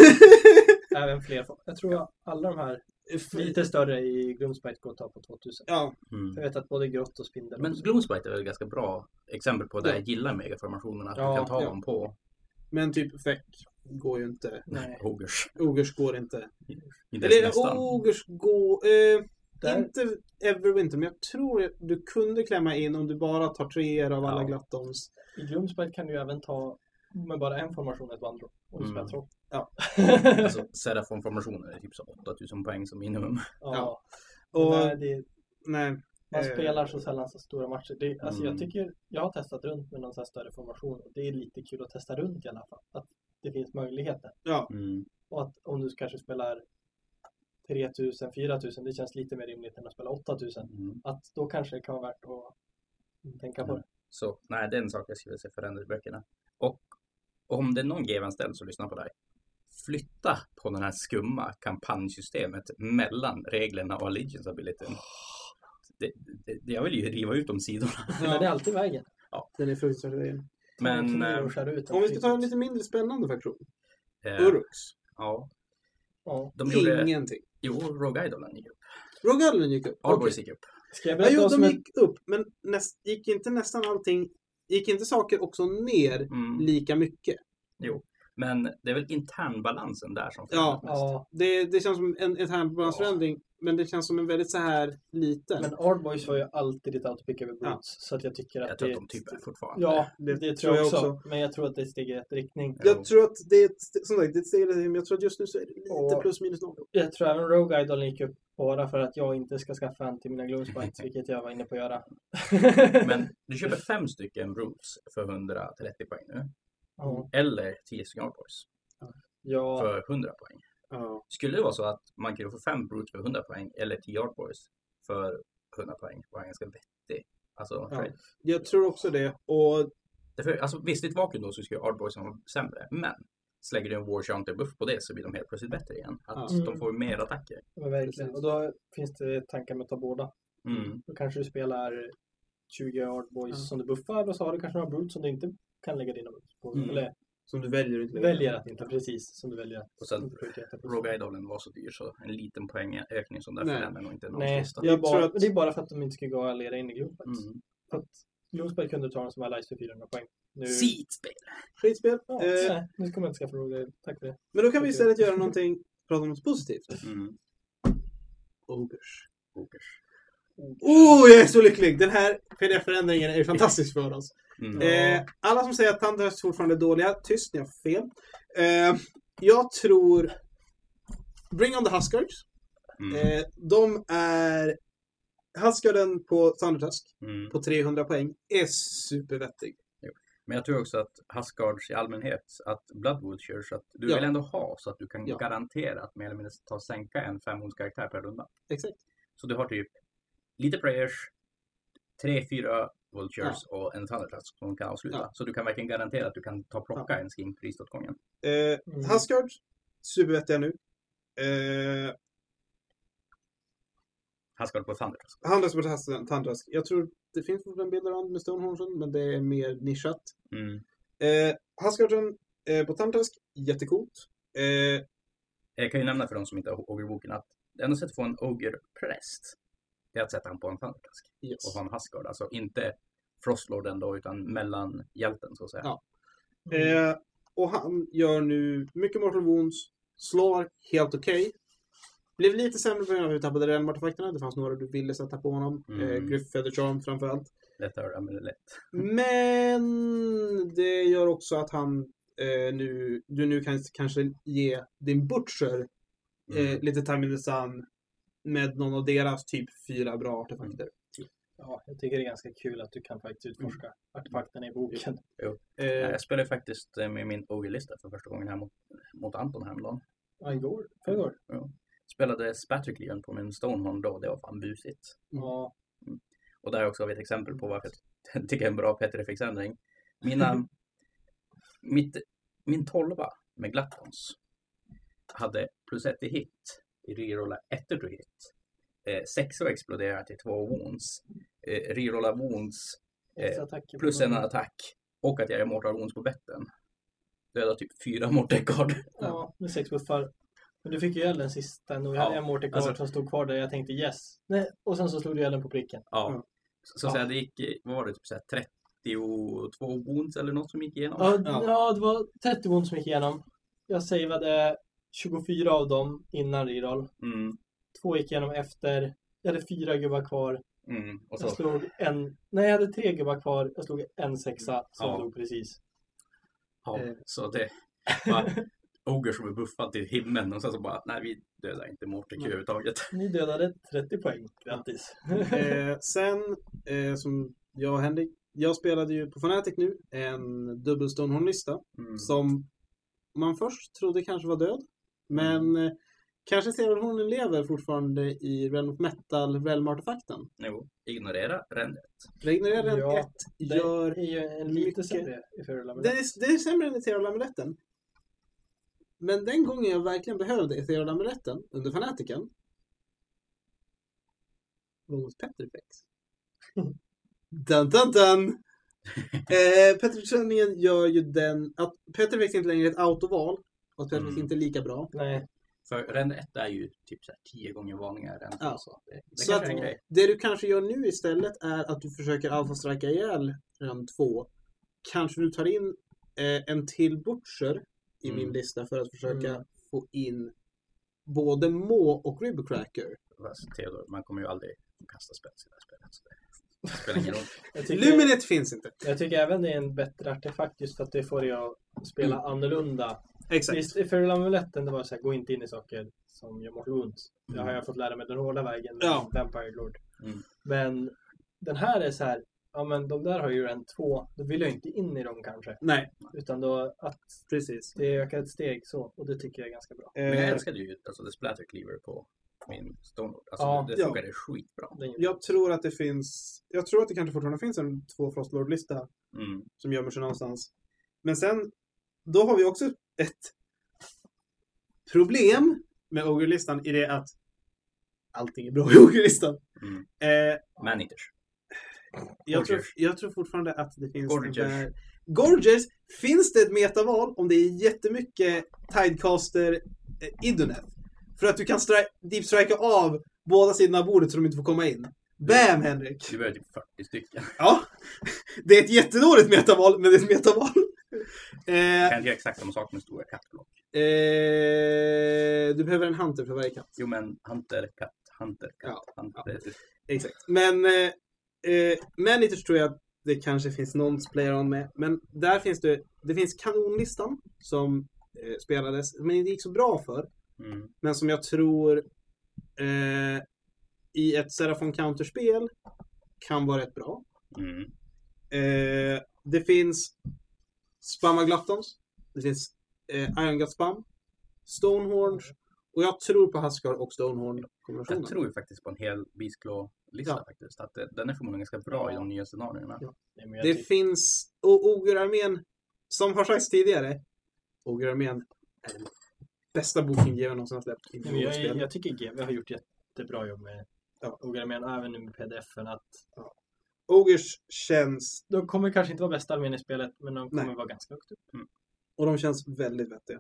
Även fler. Jag tror alla de här lite större i Gloomspite går att ta på tvåtusen. Ja, mm. Jag vet att både grott och spindel Men också. Gloomspite är väl ett ganska bra exempel på där Ja. jag gillar megaformationerna. Att Ja, du kan ta ja. dem på men typ Feck går ju inte. Nej. Ogers. Ogers går inte. Inte ens Eller nästan. Ogers går... Eh, Där- inte Everwinter, men jag tror du kunde klämma in om du bara tar treor av alla Ja. glattons. I Gloomspite kan du ju även ta med bara en formation ett vandro. Och du Mm. spelar troll. Ja. Alltså Serafon-formationer är typ så åttatusen poäng som minimum. Ja. Och, Nej, det, nej. man eh, spelar så sällan så stora matcher. Det, alltså Mm. jag tycker, jag har testat runt med någon sån här större formation. Och det är lite kul att testa runt i alla fall. Att det finns möjligheter. Ja, Mm. Och att om du kanske spelar tre tusen, fyra tusen, det känns lite mer rimligt än att spela åtta tusen. Mm. Att då kanske det kan vara värt att tänka på Ja. det. Så nej, det är en sak jag skulle se förändra i böckerna. Och om det är någon G V-anställd som lyssnar på dig, flytta på den här skumma kampanjsystemet mellan reglerna och Allegiance abilityn. Det, det, jag vill ju riva ut de sidorna. Men det är alltid vägen. den är fruktansvärt ren. Men Kniv eh, och skär ut dem Om vi ska ta en fysiskt. lite mindre spännande faktion. eh, Urux. ja, Ja. de gjorde... Ingenting. Jo, Rogue Idolen gick upp. Rogue Island gick upp. Arboys Okej. gick upp. Ska jag Ja, berätta jo, vad som de är... gick upp. Men näst, gick inte nästan allting... Gick inte saker också ner Mm. lika mycket? Jo, men det är väl internbalansen där som Ja. förändras mest. Ja, Det, det känns som en internbalansförändring. Men det känns som en väldigt så här liten. men Ardboys var ju alltid ditt autopick över Brutes. Ja. Så att jag tycker att Jag tror det... att de typ är fortfarande. Ja, Det det, tror tror jag jag också. också. Men jag tror att det är ett steg i rätt riktning. Jo. Jag tror att det är ett, st- som sagt, det är ett steg i rätt riktning, men jag tror att just nu så är det lite Och- plus minus noll. Jag tror även Rogue Idol gick upp bara för att jag inte ska skaffa en till mina Gloomspites, vilket jag var inne på att göra. Men du köper fem stycken Brutes för hundratrettio poäng nu. Ja. Eller tio stycken Arboys Ja, för hundra poäng. Ja. Skulle det vara så att man kunde få fem Brutes för hundra poäng eller tio Arboys för hundra poäng var en ganska vettig. Alltså, Ja. trade. Jag tror också det. Och Därför, alltså visst, i ett vakuum då så skulle Arboys vara sämre. Men slänger du en War Chanter buff på det så blir de helt plötsligt bättre igen. Att Ja. de får mer attacker. men verkligen. Precis. Och då finns det tankar med att ta båda. Mm. Då kanske du spelar tjugo Ardboys Ja. som du buffar och så har du kanske några Brutes som du inte kan lägga dina Brutes på. Mm. Eller som du väljer inte längre. väljer att inte, precis. Som du väljer att Och sen inte prioritera på. Rogue Idolen var så dyr så en liten poängökning som därför Nej. är nog inte någon Nej, lista. det är, Jag bara, tror att- det är bara för att de inte ska gå och leda in i Gloomspites. Mm. För att Gloomspite kunde du ta den som allies för fyrahundra poäng. Nu... Seedspel! Skitspel. Ja, Eh, nej, nu kommer jag inte skaffa Rogue Idol. Tack för det. men då kan vi istället göra någonting, prata om något positivt. Mm. Ogers. Ogers. Oh, jag är så lycklig! Den här P D F-förändringen är fantastisk för oss. Mm. Ja. Eh, alla som säger att Thunderhearts fortfarande är dåliga, tyst, ni har fel. Eh, jag tror... Bring on the Huskers. Mm. Eh, de är... Huskarden på Thundertusk Mm. på trehundra poäng är supervettig. Men jag tror också att Huskards i allmänhet, att Bloodwatchers, att du Ja. vill ändå ha så att du kan Ja. garantera att mer eller mindre ta och sänka en femhundskaraktär per runda. Exakt. Så du har typ lite Prayers, tre, fyra Vultures och en Thundertusk som kan avsluta. Ja. Så du kan verkligen garantera att du kan ta och plocka en Skin Priest åt gången. Eh, Mm. Huskards, supervettiga nu. Eh, Huskard på Thundertusk. Handlas mot Thundertusk. Jag tror det finns en bild around med Stonehorsen, men det är mer nischat. Mm. Eh, Huskarden eh, på Thundertusk, jättecoolt. Eh, Jag kan ju nämna för de som inte har Ogre-boken att det enda sättet att få en Ogre-präst är att sätta han på en Thundertusk. yes. Och ha en Huskard. Alltså inte Frostlorden då, utan mellan hjälten så att säga. Ja. Eh, och han gör nu mycket Mortal Wounds, slår helt okej. Blev lite sämre på grund av att vi tappade Realm-artefakterna. Det fanns några du ville sätta på honom. Mm. Eh, Griff Feather Charm framförallt. Lättare, men lätt. Men det gör också att han eh, nu, du nu kan kanske ge din Butcher eh, Mm. lite time in the sun med någon av deras typ fyra bra artefakter. Ja, jag tycker det är ganska kul att du kan faktiskt utforska artefakterna i boken. Eh, Jag spelade faktiskt med min Ogre-lista för första gången här mot, mot Anton häromdagen. Ja, igår. Förrgår. Ja. Spelade Spatterclean på min Stonehorn då. Det var fan busigt. Ja. Mm. Och där också ett exempel på varför jag tycker en bra Petrifix-ändring. Mina, mitt, min tolva med Glattons hade plus ett i hit. I rerolla ett to hit. Eh, sex och exploderar till två wounds. Eh, rerolla wounds. Eh, plus en attack. Och att jag är mortal wounds på betten. Dödar typ fyra Mortekard. Ja, med sex buffar. Men du fick ju ihjäl den sista. Och jag hade Ja, en Mortekard alltså- som stod kvar där. Jag tänkte yes. Nej, och sen så slog du ihjäl den på pricken. Ja. Ja. Så, så Ja. att säga, det gick, vad var det, typ så här trettiotvå wounds eller något som gick igenom? Ja, Ja. ja, det var trettio wounds som gick igenom. Jag savade tjugofyra av dem innan reroll. Mm, Två gick igenom efter. Jag hade fyra gubbar kvar. mm. Och Jag så, slog en... Nej, jag hade tre gubbar kvar. Jag slog en sexa som Ja. dog precis. ja, eh. så det var Ogre som är buffad till himlen och sen så bara, nej vi dödar inte Mortek överhuvudtaget. Ni dödade trettio poäng. Grattis. Eh, sen, eh, som jag och Henrik, jag spelade ju på Fnatic nu en dubbel Stonehorn-lista Mm. som man först trodde kanske var död. Men eh, kanske Stonehornen lever fortfarande i Realm of Metal Realm-artefakten. Jo, ignorera rendet. Regenererar den Ja, ett, Det gör... är ju en lite mycket- sämre i förra Den är, det är sämre än Ethereal-amuletten. Men den gången jag verkligen behövde Ethereal-amuletten under Fanatiken var hos Petrifex. Dun dun dun! eh, Petrifex-sändningen gör ju den att Petrifex inte längre är ett autoval och att Petrifex Mm. inte är lika bra. Nej. För rend ett är ju typ så här tio gånger vanligare än Ja. så. Det, det Så kanske att är en grej. det du kanske gör nu istället är att du försöker alfa-strika ihjäl rend två. Kanske du tar in eh, en till butcher i Mm. min lista för att försöka Mm. få in både Må och Ribcracker. Alltså, Theodor, man kommer ju aldrig kasta spets i det här spelet. Så det spelar ingen roll. Jag tycker, Luminet finns inte. jag tycker även det är en bättre artefakt just för att det får dig att spela Mm. annorlunda. Exakt. Visst, i förra amuletten det var så här, gå inte in i saker som gör mortal wounds. Det Mm. har jag fått lära mig den hårda vägen med Ja. Vampire Lord. Mm. Men den här är så här, ja men de där har ju en två, då vill jag inte in i dem kanske. Nej, Utan då att precis. det ökar ett steg så, och det tycker jag är ganska bra. Men jag Eh, älskade ju alltså The Splatter Cleaver på min Stonehorn. Alltså Ja. det Ja. funkade skitbra. Den, jag tror att det finns... Jag tror att det kanske fortfarande finns en två Frostlord-lista Mm. som gömmer sig någonstans. Men sen, då har vi också ett problem med Ogre-listan i det att allting är bra i Ogre-listan. Mm. Eh, Man-eaters. jag, tror, Gorgers. jag tror fortfarande att det finns... Gorgers. en vär- Gorgers! Finns det ett metaval om det är jättemycket Tidecaster eh, Iduneth? För att du kan stri- deep-strika av båda sidorna av bordet så de inte får komma in. Bam, Henrik! Det var typ fyrtio stycken. Ja, det är ett jättedåligt metaval, men det är ett metaval. Eh, Jag kan inte göra exakt samma sak med stora kattblock. eh, du behöver en hunter för varje katt. Jo men Hunter, katt, Hunter, katt, Ja, Hunter. ja. Det- Exakt. Men eh, eh, Maniters tror jag att det kanske finns någon player-on med. Men där finns det, det finns kanonlistan som eh, spelades, men det gick så bra för. Mm. Men som jag tror eh, i ett Seraphon Counter-spel kan vara rätt bra. Mm. Eh, det finns Spamma Gluttons. Det finns eh, Iron Gut Spam. Stonehorns. Och jag tror på Huskar och Stonehorn-kombinationen. Jag tror ju faktiskt på en hel Beastclaw-lista Ja. faktiskt. Att det, den är förmodligen ganska bra Ja. i de nya scenarierna. Ja. nej, men jag Det tycker- finns, och Ogre-armén, som har sagts tidigare, Ogre-armén är den bästa boken G W någonsin har släppt i nej, men jag, spel. jag tycker G V har gjort jättebra jobb med Ja. Ogre-armén, även nu med P D F-en. Att Ogres känns, de kommer kanske inte vara bästa armén i spelet, men de kommer Nej. vara ganska högt upp. och de känns väldigt vettiga.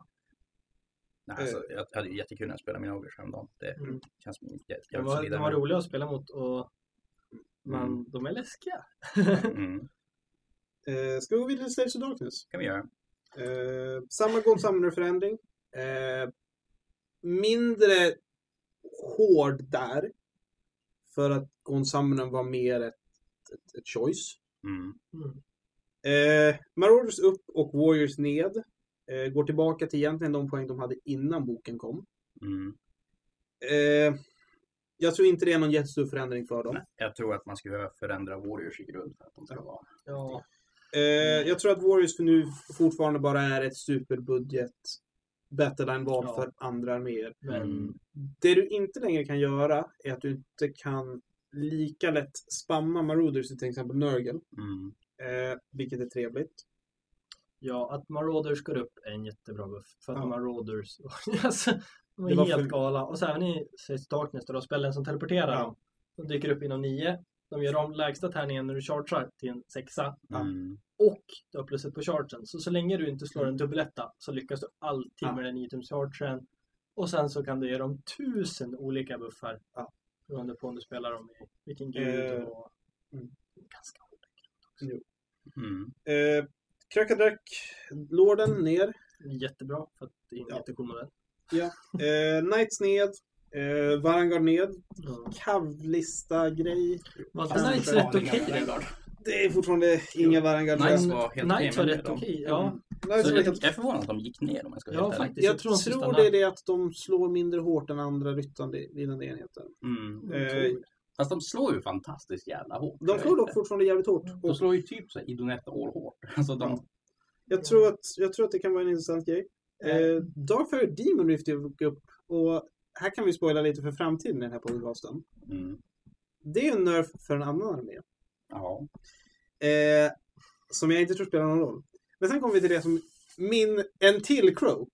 Nej, alltså, jag hade ju jättekul när jag spelade mina Ogres häromdagen. Det Mm. känns som De jävligt var, solida de var nu. roliga att spela mot och men Mm. de är läskiga. Mm. Eh, ska vi gå vidare till Slaves of Darkness? kan vi göra. Eh, samma Gold Summoner-förändring. Eh, mindre hård där. För att Gold Summoner var mer ett, ett, ett choice. Mm. Mm. Eh, Marauders upp och Warriors ned. Eh, går tillbaka till egentligen de poäng de hade innan boken kom. Mm. Eh, jag tror inte det är någon jättestor förändring för dem. Nej, jag tror att man ska behöva förändra Warriors i grund för att de ska vara... Ja, Eh, jag tror att Warriors för nu fortfarande bara är ett superbudget Battleline-val Ja. för andra arméer. Men Mm. Det du inte längre kan göra är att du inte kan lika lätt spamma Marauders i till exempel Nurgle. Mm. Eh, vilket är trevligt. ja, att Marauders går upp är en jättebra buff. För att Ja. Marauders, alltså, de är Det var helt för- gala. Och så även i Sage Darkness, där du har spelen som teleporterar Ja. dem. De dyker upp inom nio. De gör om lägsta tärningen när du chargear till en sexa. Mm. Och du har plusset på chargen. Så så länge du inte slår en dubbeletta så lyckas du alltid Ja. med den nio tums chargen. Och sen så kan du göra om tusen olika buffar. Ja. Beroende på om du spelar dem i vilken gud Eh, och... mm. Ganska hårda. Mm. Eh, Krakadrack-lorden ner. Jättebra för att det är en Ja. jättecool modell. Eh, Knights ned. Eh, Varangard ned. Ja. Kavlista-grej. Var Fast Knights det är rätt okej redan? Det är fortfarande inga Varangard. Nice. tror jag. var helt Knights var okej med rätt dem. okej, ja. Knights Så var jag, helt- jag är förvånad att de gick ner om jag ska vara Ja, helt ärlig. faktiskt. Jag, Jag tror de ska tror stanna. det är det att de slår mindre hårt än andra ryttande enheter. Mm. Eh, Fast de slår ju fantastiskt jävla hårt. de slår dock fortfarande jävligt hårt. De Och slår ju typ så här Idonet år hårt. Alltså de... Ja. jag, tror att, jag tror att det kan vara en intressant grej. Eh, Darkfire Demon Rift dök upp. Och här kan vi spoila lite för framtiden i den här podcasten. Mm. Det är en nerf för en annan armé. Ja. Eh, som jag inte tror spelar någon roll. Men sen kommer vi till det som min, en till Croak.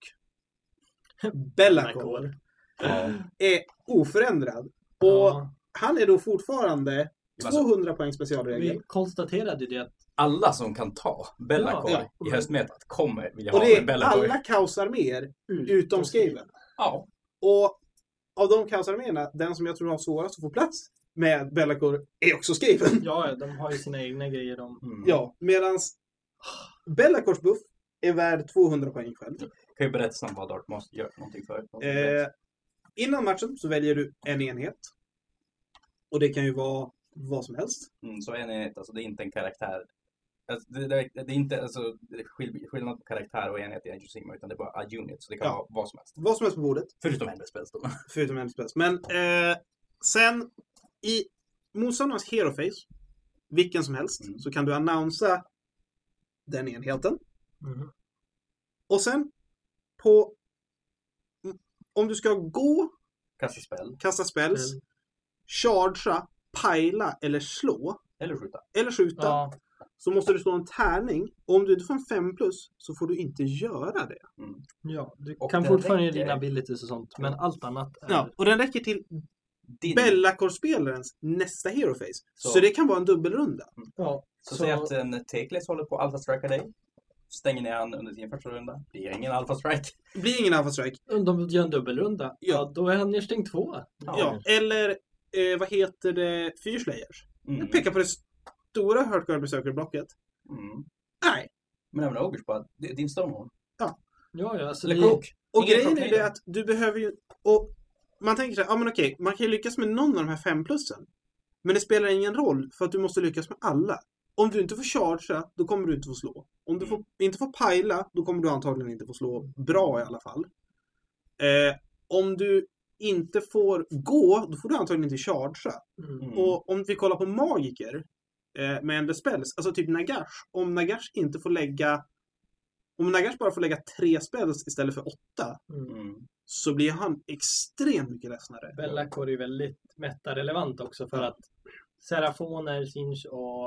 Bellacore. Ja. Är oförändrad. Och Ja. han är då fortfarande Alltså- tvåhundra poäng specialregel. Vi konstaterade ju det att Alla som kan ta Bellacore Ja, ja. i höstmetat kommer vilja Och ha det en är Bellacore. alla kaosarméer ut- utom Skaven. Ja. Och av de kaosarméerna, den som jag tror har svårast att få plats med Bellacore är också Skaven. Ja, de har ju sina egna grejer. De... Mm. Ja, medans Bellacores buff är värd tvåhundra poäng själv. Kan ju berätta snabbt vad Dark måste göra någonting för. Eh, innan matchen så väljer du en enhet. Och det kan ju vara vad som helst. Mm, så en enhet, alltså det är inte en karaktär. Alltså, det, det, det är inte alltså, det är skill, skillnad på karaktär och enhet i Age of Sigmar, utan det är bara a unit, så det kan Ja. vara vad som helst. Vad som helst på bordet. Förutom Endless då. Förutom en spels. Men eh, sen i motståndarnas Hero Face, vilken som helst, Mm. så kan du annonsa den enheten. Mhm. Och sen på om du ska gå, Kasta spel. kasta spells, Mm. chargea, pila eller slå Eller skjuta. eller skjuta, Ja, så måste du slå en tärning. Och om du inte får en fem plus så får du inte göra det. ja, du Och kan den fortfarande räcker. dina abilities och sånt, men allt annat är... Ja, och den räcker till Din. Bellacore-spelarens nästa Hero Face. Så. Så. det kan vara en dubbelrunda. Ja, Så, så, säg att en Takeless håller på Alpha Strike dig. Stänger ner han under sin första runda. Det är ingen Alpha Strike. Det blir ingen Alpha Strike. om de gör en dubbelrunda, ja. Ja. då är han nedstängd två. Ja, eller eh, vad heter det? Fyrslayers. Mm. Jag pekar på det stora Hurtguard Berserker-blocket. Mm. Nej. Men även Ogers bara, det är din Stonehorn. Ja, ja, alltså Eller det, Croak. Och Ingen grejen är tornado. det att du behöver ju... Och man tänker så här, ja men okej, man kan ju lyckas med någon av de här fem plussen. Men det spelar ingen roll för att du måste lyckas med alla. Om du inte får chargea, då kommer du inte få slå. Om du får, inte får pila, då kommer du antagligen inte få slå bra i alla fall. Eh, om du inte får gå, då får du antagligen inte chargea. mm. Mm. Och om vi kollar på magiker eh, med Endless Spells, alltså typ Nagash. Om Nagash inte får lägga... Om Nagash bara får lägga tre spells istället för åtta, Mm. Mm. så blir han extremt mycket ledsnare. Bellacore är ju väldigt meta-relevant också för Ja. att Serafoner, Sinch och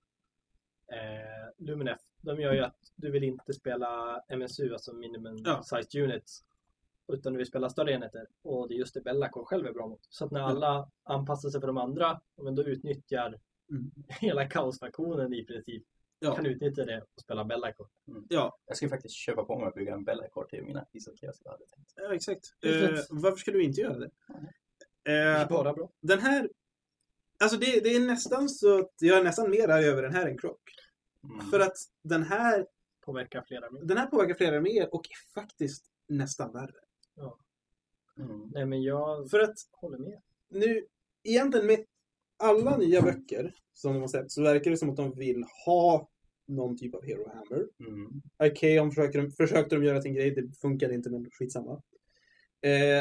eh, Luminef, de gör ju att du vill inte spela M S U, alltså Minimum Ja. Sized Units, utan du vill spela större enheter. Och det är just det Bellacore själv är bra mot. Så att när alla anpassar sig för de andra, men då utnyttjar Mm. hela kaosfaktionen i princip. Ja. Kan utnyttja det och spela Bellacore. Ja, Jag ska faktiskt köpa på mig att bygga en Bellacore till mina Isokers jag hade tänkt. ja exakt. Just Eh, det. varför ska du inte göra det? Det är Eh, bara bra. den här... Alltså det, det är nästan så att jag är nästan mer arg över den här än Croc. Mm. För att den här, Påverkar flera mer. den här påverkar flera mer och är faktiskt nästan värre. Mm. Nej men jag För att håller med. nu, egentligen med alla nya böcker som de har sett, så verkar det som att de vill ha någon typ av Hero Hammer. Mm. Arkeon försökte, försökte de göra sin grej, det funkade inte, men skitsamma. Eh,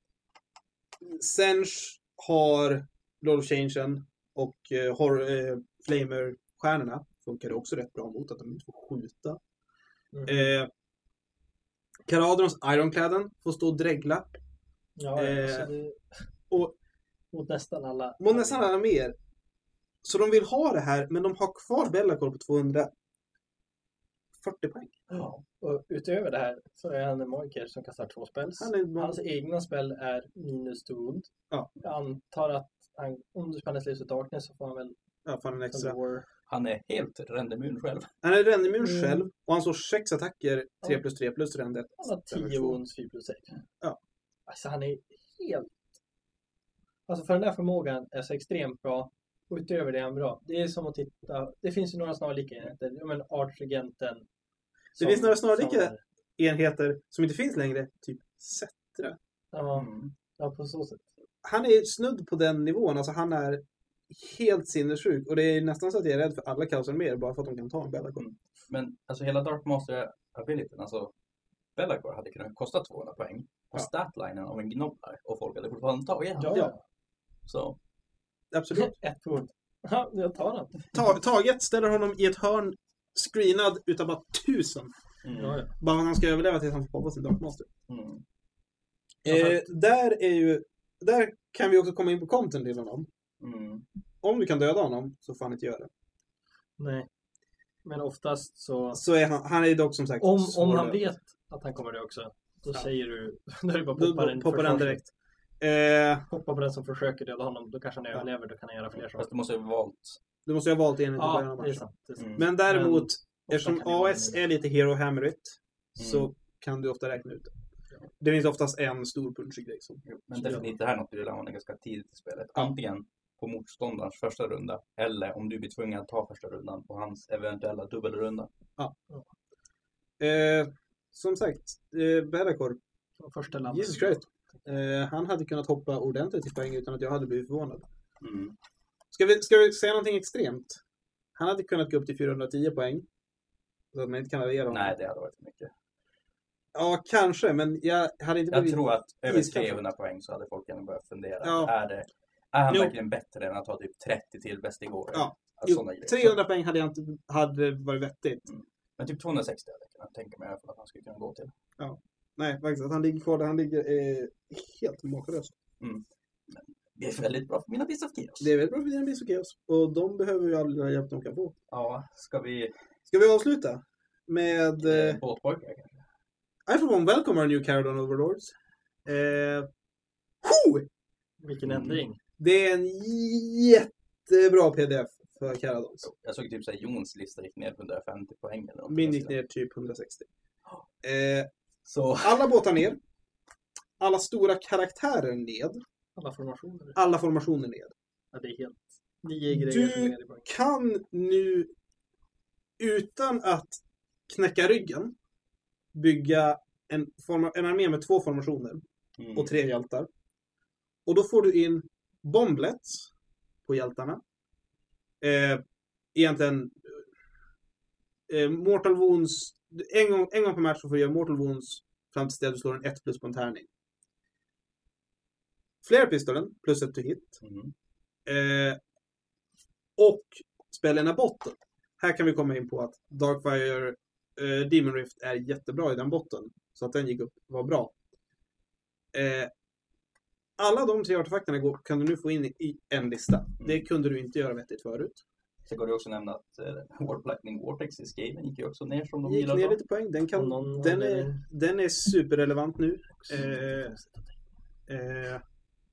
Sench har Lord of Changen och eh, har, eh, Flamer-stjärnorna funkade också rätt bra mot att de inte får skjuta. Mm. Eh, Caradrons Ironcladen får stå och dregla. Ja, Eh, alltså det, och mot nästan alla. mot nästan alla mer. Så de vill ha det här, men de har kvar Be'lakor på tvåhundrafyrtio poäng. Ja. Och utöver det här så är han en magiker som kastar två spells. Han är, Hans egna spel är minus to wound. Ja. Jag antar att han, om du spelar Slaves of Darkness så får han väl ja, fan en extra. War. Han är helt rändemun själv. Han är rändemun Mm. själv och han slår sex attacker, tre Ja. plus tre plus rändet. Han har tio wounds, fyra plus sex. Ja. Alltså han är helt... Alltså för den där förmågan är så extremt bra. Och utöver det är han bra. Det är som att titta... Det finns ju några snarlika enheter. Ja men Archregenten. Det finns några snarlika som är- enheter som inte finns längre, typ Settra. Ja, Mm. ja, på så sätt. Han är snudd på den nivån, alltså han är helt sinnessjuk. Och det är nästan så att jag är rädd för alla kaosarméer bara för att de kan ta en Be'lakor. Mm. Men alltså hela Dark Master abilityn, alltså Be'lakor hade kunnat kosta tvåhundra poäng på Ja. statlinen av en gnobblar och folk hade fortfarande tagit han. Ja, Ja. Så Absolut. Ett wound. Ja, jag tar den. Ta- taget ställer honom i ett hörn, screenad utav bara tusen. mm. Ja, ja. Bara för att han ska överleva tills han får poppa sin Dark Master. Mm. Eh, där är ju... Där kan vi också komma in på content till honom. Mm. Om du kan döda honom så får han inte göra det. Nej. Men oftast så... Så är han, han är dock som sagt Om, om svår han att- vet att han kommer det också. Då Ja. säger du... Då är det bara Då poppa den, poppar den försvars- direkt. Eh, Hoppa på den som försöker döda honom. Då kanske han Ja. överlever. Då kan han göra fler Fast saker. du måste ju ha valt. du måste ju ha valt en i början Ja, av det är matchen. sant. Det är sant. Mm. Men däremot, Men eftersom ofta kan det vara A S en- är lite hero hammerit så Mm. kan du ofta räkna ut det. Det finns oftast en stor punchig grej som... Men definitivt det här är något du vill använda ganska tidigt i spelet. Ja. Antingen på motståndarens första runda eller om du blir tvungen att ta första rundan på hans eventuella dubbelrunda. Eh, som sagt, eh, Be'lakor, Från första landet. Jesus Christ. Eh, han hade kunnat hoppa ordentligt i poäng utan att jag hade blivit förvånad. Mm. Ska vi, ska vi säga någonting extremt? Han hade kunnat gå upp till fyrahundratio poäng. Så att man inte kan radera honom. Nej, det hade varit för mycket. Ja, kanske, men jag hade inte Jag blivit... tror att över iskall. trehundra poäng så hade folk ändå börjat fundera. Ja. Är, det, är han Jo. verkligen bättre än att ha typ trettio till bäst igår? Ja. Alltså, Jo, sådana grejer. trehundra poäng hade jag inte hade varit vettigt. Men typ tvåhundrasextio hade jag kunnat tänka mig i alla fall att han skulle kunna gå till. Nej, faktiskt. Att han ligger kvar där han ligger är helt makalöst. Det är väldigt bra för mina Beasts of Chaos. Det är väldigt bra för dina Beasts of Chaos. Och de behöver ju all hjälp de kan få. Ja, ska vi... Ska vi avsluta med... Eh, Eh, båtpojkar kanske? I for one welcome our new Caradon Overlords. Eh, whew! Vilken Mm. ändring. Det är en jättebra P D F för Caradons. Jag såg typ såhär Jons lista gick ner hundrafemtio poäng eller något. Min gick ner typ hundrasextio. Eh, Så... alla båtar ner. Alla stora karaktärer ned. Alla formationer. Alla formationer ned. Ja, det är helt... Nio grejer Du- som är i poäng. Kan nu utan att knäcka ryggen bygga en, forma, en armé med två formationer Mm. och tre hjältar. Och då får du in bomblets på hjältarna. Eh, egentligen eh, Mortal Wounds en gång, en gång per match så får du göra Mortal Wounds fram till det du slår en ett plus på en tärning. Flare-pistolen plus ett to hit. Mm. Eh, och spelen är botten. Här kan vi komma in på att Darkfire eh, Demon Rift är jättebra i den botten. Så att den gick upp var bra. Eh, alla de tre artefakterna går, kan du nu få in i en lista. Det kunde du inte göra vettigt förut. Sen går det också nämna att eh, Warp Lightning Vortex i Skaven gick ju också ner som de Gick gillar ner att ha. lite poäng. Den, kan, Om någon den, hade- är, den är superrelevant nu. Också Eh, konstigt att tänka. Eh,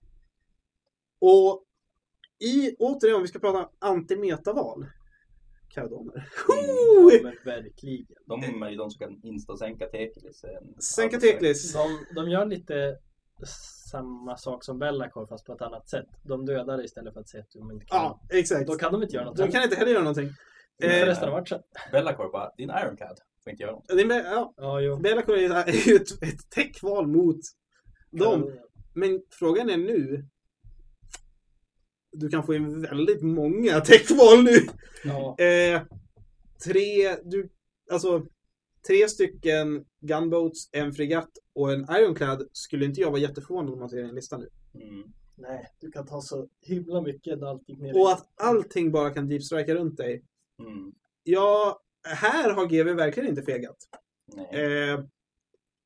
och i, återigen, om vi ska prata anti-metaval. Karadoner. Ja, men verkligen. De är ju de som kan insta-sänka Teklis. en- Sänka Teklis. De, de gör lite samma sak som Be'lakor fast på ett annat sätt. De dödar istället för att säga att de inte kan. Ja, exakt. Då kan de inte göra något. De kan inte heller göra någonting. För Eh, resten av matchen. Be'lakor bara, din Ironclad får inte göra något. det är, ja, Ja, jo. Be'lakor är är ju ett, ett täckval mot dem. Men frågan är nu. Du kan få in väldigt många täckval nu. Ja, Eh, tre, du, alltså, tre stycken gunboats, en fregatt och en Ironclad skulle inte jag vara jätteförvånad om man ser en lista nu. Mm. nej, du kan ta så himla mycket när allt gick ner. Och att allting bara kan deepstrika runt dig. Mm. Ja, här har G V verkligen inte fegat. Nej. Eh,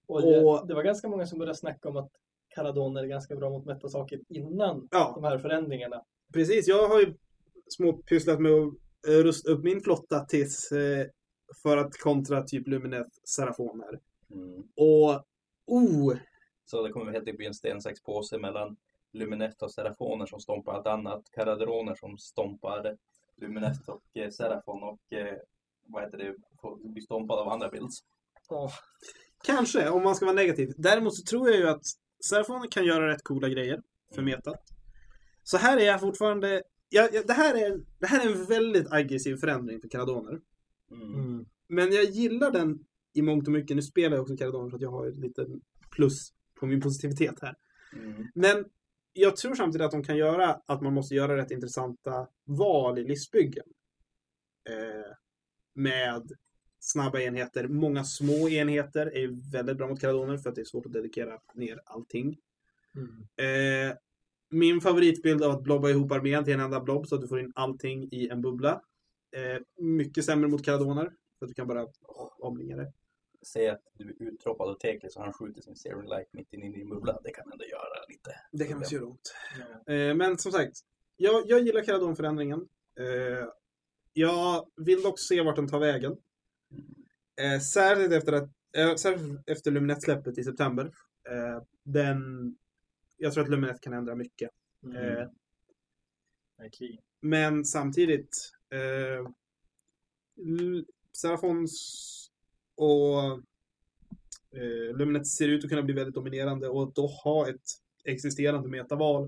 Och det, Och- det var ganska många som började snacka om att Karadoner är ganska bra mot metasaker innan Ja. de här förändringarna. Precis, jag har ju småpysslat med att eh, rusta upp min flotta tills eh, för att kontra typ Lumineth Serafoner. Mm. Och oh, Så det kommer helt enkelt bli en sten, sax, påse mellan Lumineth och Serafoner som stompar allt annat. Karadroner som stompar Lumineth och eh, Serafon och eh, vad heter det, får bli stompad av andra builds. Ja. kanske, om man ska vara negativ. Däremot så tror jag ju att Serafoner kan göra rätt coola grejer för metat. Så här är jag fortfarande... Ja, ja, det, här är, det här är en väldigt aggressiv förändring för Karadoner. Mm. Mm. Men jag gillar den i mångt och mycket. Nu spelar jag också Karadoner så att jag har ett litet plus på min positivitet här. Mm. Men jag tror samtidigt att de kan göra att man måste göra rätt intressanta val i listbyggen. Eh, med snabba enheter. Många små enheter är ju väldigt bra mot Karadoner för att det är svårt att dedikera ner allting. Mm. Eh, min favoritbild av att blobba ihop armén till en enda blob så att du får in allting i en bubbla. Eh, mycket sämre mot Karadoner för att du kan bara omringa det. Säg att du är uttroppad och teklig så han skjuter sin Serum Light mitt in i din bubbla. Det kan ändå göra lite. Det kan man göra ont. Ja. Eh, men som sagt, jag, jag gillar Karadon-förändringen. Eh, jag vill dock se vart den tar vägen. Eh, särskilt efter, att, eh, särskilt efter Lumineth-släppet i september. Eh, den, jag tror att Lumineth kan ändra mycket. Mm. Eh, Verkligen. men samtidigt, eh, L- Serafons och eh, Lumineth ser ut att kunna bli väldigt dominerande och att då ha ett existerande metaval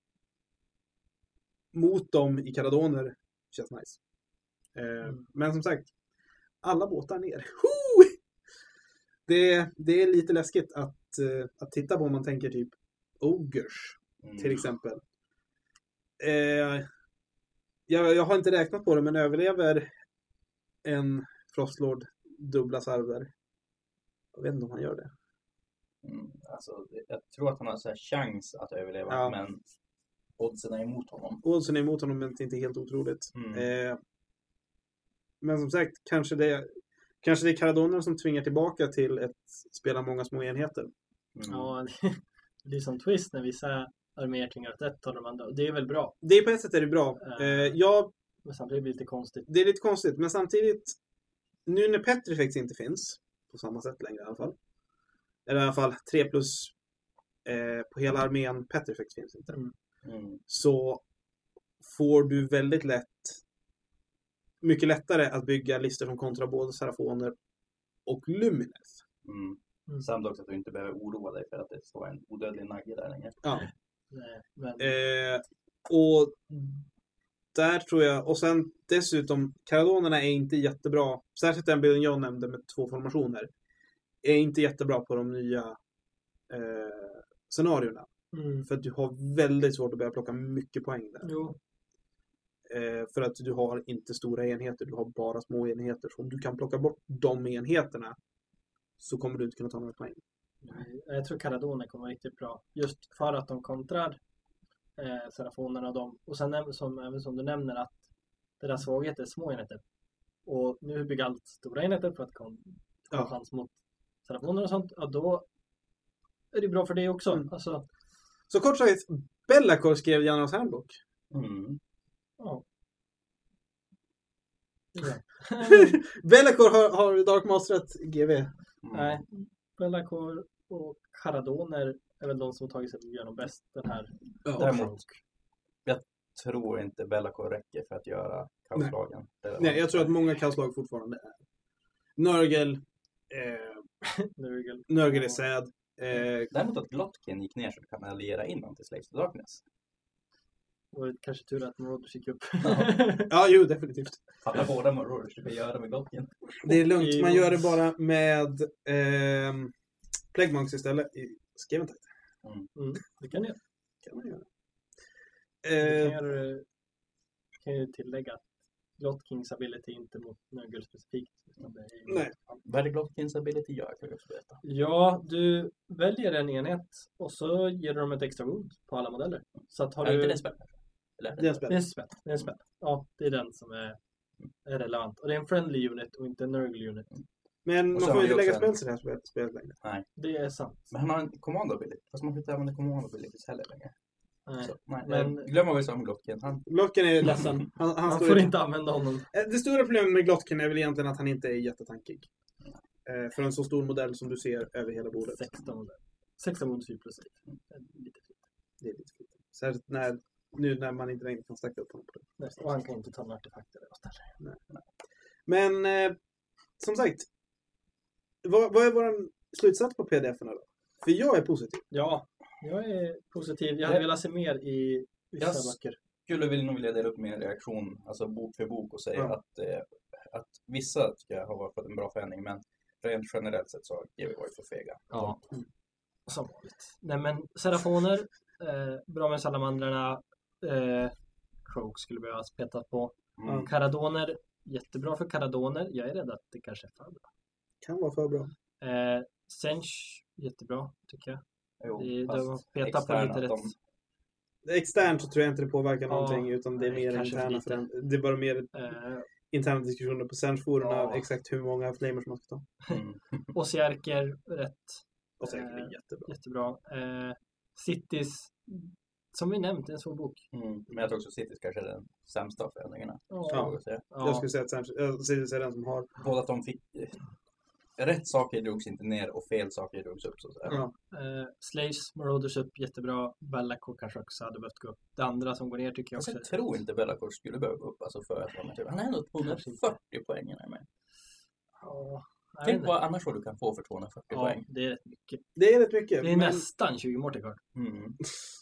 mot dem i Karadoner känns nice. Eh, Mm. Men som sagt, alla båtar ner. Woo! Det, det är lite läskigt att, eh, att titta på om man tänker typ Ogers Mm. till exempel. Eh, jag, jag har inte räknat på det, men överlever en Frostlord dubbla sarver? Jag vet inte om han gör det. Mm. Alltså, det- jag tror att han har så här chans att överleva, Ja. men oddsen är emot honom. Oddsen är emot honom, men det är inte helt otroligt. Mm. Eh, men som sagt, kanske det, kanske det är Karadoner som tvingar tillbaka till ett spela många små enheter. Mm. Ja, det blir som twist när vissa arméer tvingar åt ett av de andra. Det är väl bra. Det är på ett sätt är det bra. Eh, jag, Men samtidigt blir det lite konstigt. det är lite konstigt, men samtidigt, nu när Petrifex inte finns, på samma sätt längre i alla fall. Eller i alla fall tre plus eh, på hela armén, Petrifex finns inte. Mm. Mm. Så får du väldigt lätt, mycket lättare att bygga listor som kontra både Serafoner och Lumineth. Mm. Mm. Samt också att du inte behöver oroa dig för att det står en odödlig nagge där längre. Ja. Nej, men Eh, och där tror jag, och sen dessutom, Karadonerna är inte jättebra, särskilt den bilden jag nämnde med två formationer, är inte jättebra på de nya eh, scenarierna. mm. För att du har väldigt svårt att börja plocka mycket poäng där. Jo. Eh, för att du har inte stora enheter, du har bara små enheter. Så om du kan plocka bort de enheterna så kommer du inte kunna ta några poäng. Jag tror Karadoner kommer vara riktigt bra. Just för att de kontrar eh, Serafonerna och dem. Och sen även som, även som du nämner att deras svaghet är små enheter. Och nu bygger allt stora enheter för att kom, ha Ja. chans mot Serafoner och sånt. Ja, då är det bra för det också. Mm. Alltså, Så kort sagt, Bellacore skrev Generals Handbook. Mm. ja. Ja. Bellacore har, har Dark Masterat G V. Mm. Nej, Bellacore och Karadoner är väl de som har tagit sig igenom bäst den här. Däremot, jag tror inte Bellacore räcker för att göra kaoslagen. Det Nej, jag tror att många kaoslag fortfarande är. Nörgel, eh, Nurgle. Nörgel är säd. Eh, Däremot att Glotkin gick ner så du kan alliera in dem till Slaves to Darkness. Och kanske tur att Marauders gick upp. ja, jo, definitivt. Fatta båda Marauders du kan göra med Glotkin. Det är lugnt, I- man gör det bara med eh, Plague Monks istället i Skeventide. Mm, det kan jag. Kan man göra. Det kan, Eh, göra det, kan ju tillägga att Glot Kings ability är inte mot Nurgle specifikt. Utan det är Nej. Vad är det Glotkins ability gör kan jag också berätta. Ja, du väljer en enhet och så ger du dem ett extra wound på alla modeller. Så att har Är du... inte det spel? Eller är det är en Det är spel. en spel. Det är en spel. Ja, det är den som är, är relevant. Och det är en friendly unit och inte en Nurgle unit. Men Och man så får har ju inte vi lägga också spel en- till det här spelet, spelet längre. Nej. Det är sant. Men han har en command ability. Fast man får inte använda command abilities heller längre. Nej. Så, nej, Men- men... Glöm vad vi sa om Glottken. Han... Glottken är ledsen. Han, han Man står får i- inte använda honom. Eh, Det stora problemet med Glottken är väl egentligen att han inte är jättetankig. Eh, för en så stor modell som du ser över hela bordet. sexton sexton mot fyra plus ett. Lite fint. Det är lite fint. Särskilt när, nu när man inte längre kan stacka upp honom på det. Nej, och han kan inte ta några artefakter eller något där. Men eh, som sagt, vad, vad är vår slutsats på pdf-erna då? För jag är positiv. Ja, jag är positiv. Jag hade Ja. velat se mer i vissa Yes. böcker. skulle vilja nog vilja dela upp min reaktion, alltså bok för bok och säga Ja. att, eh, att vissa ska ha varit fått en bra förändring, men rent generellt sett så har G W varit för fega. Ja, som vanligt. Nej men Serafoner, eh, bra med salamandrarna. Eh, Croak skulle behöva petat på. Mm. Karadoner, jättebra för karadoner. Jag är rädd att det kanske är för bra. Kan vara för bra. Eh, Sench, jättebra tycker jag. Jo, Det, fast de petar på externa, lite de- rätt. Externt så tror jag inte det påverkar Ja, någonting, utan det är nej, mer kanske interna. lite. För den, det är bara mer Eh, interna diskussioner på Sench-forumen Ja. av exakt hur många flamers man ska ta. Mm. Osiarker, rätt. Och säkert Eh, är jättebra. Jättebra. Eh, Cities, som vi nämnt, en svår bok. Mm. Men jag tror också Cities kanske är den sämsta förändringarna. Ja. skulle jag våga säga. Ja. Jag skulle säga att Sench, jag skulle säga den som har... Både att de fick eh, rätt saker drogs inte ner och fel saker drogs upp. Så att säga. Ja. Eh, Slaves, Marauders upp, jättebra. Bellaco kanske också hade behövt gå upp. Det andra som går ner tycker jag Alltså, också. jag tror inte Bellacor skulle behöva gå upp alltså, för att vara med. Han är ändå tvåhundrafyrtio poäng när med. Ja, jag vet Tänk inte. vad annars vad du kan få för tvåhundrafyrtio Ja, poäng. det är rätt mycket. Det är rätt mycket. Det är men... nästan tjugo Morticard. Mm.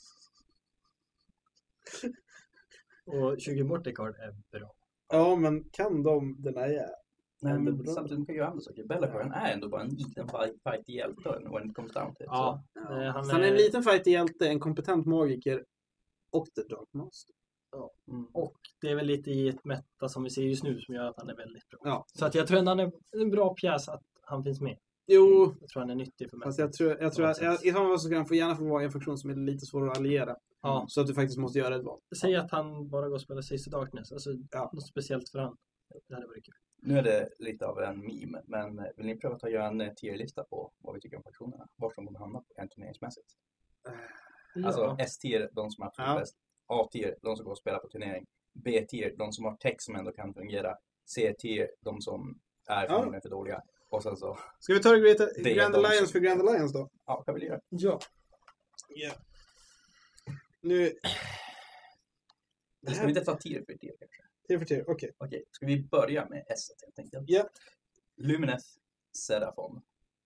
Och tjugo Morticard är bra. Ja, men kan de denia? Nej, Ändå men bra. samtidigt man kan ju andra saker. Bellacor han är ändå bara en liten fight, fight i hjälten when it comes down to it. Ja, Så. eh, Han, han han är en är... liten fightig hjälte, en kompetent magiker och The Dark Master. Mm. Och det är väl lite i ett meta som vi ser just nu som gör att han är väldigt bra. Ja. Så att jag tror ändå han är en bra pjäs att han finns med. Jo, Jag tror han är nyttig för fast meta. jag tror, jag tror Ja, att jag, i så fall så kan han få gärna få vara en funktion som är lite svårare att alliera. Ja. Så att du faktiskt måste göra ett val. Säg att han bara går och spelar Six of Darkness. Alltså Ja. något speciellt för han. Det hade varit kul. Nu är det lite av en meme, men vill ni pröva att göra en eh, tier-lista på vad vi tycker om faktionerna? Var som de hamnar på en turneringsmässigt? Ja. Alltså S-tier, de som har absolut Ja. bäst. A-tier, de som går och spelar på turnering. B-tier, de som har tech som ändå kan fungera. C-tier, de som är Ja. förmodligen för dåliga. Och sen så, Ska vi ta det Great, Det är Grand de som- Alliance för Grand Alliance då? ja, kan vi göra. Ja. Yeah. Nu... Eller ska vi inte ta tier för tier kanske? Tier för tier, okej. Okej, ska vi börja med S helt enkelt? Ja. Lumineth, Seraphon,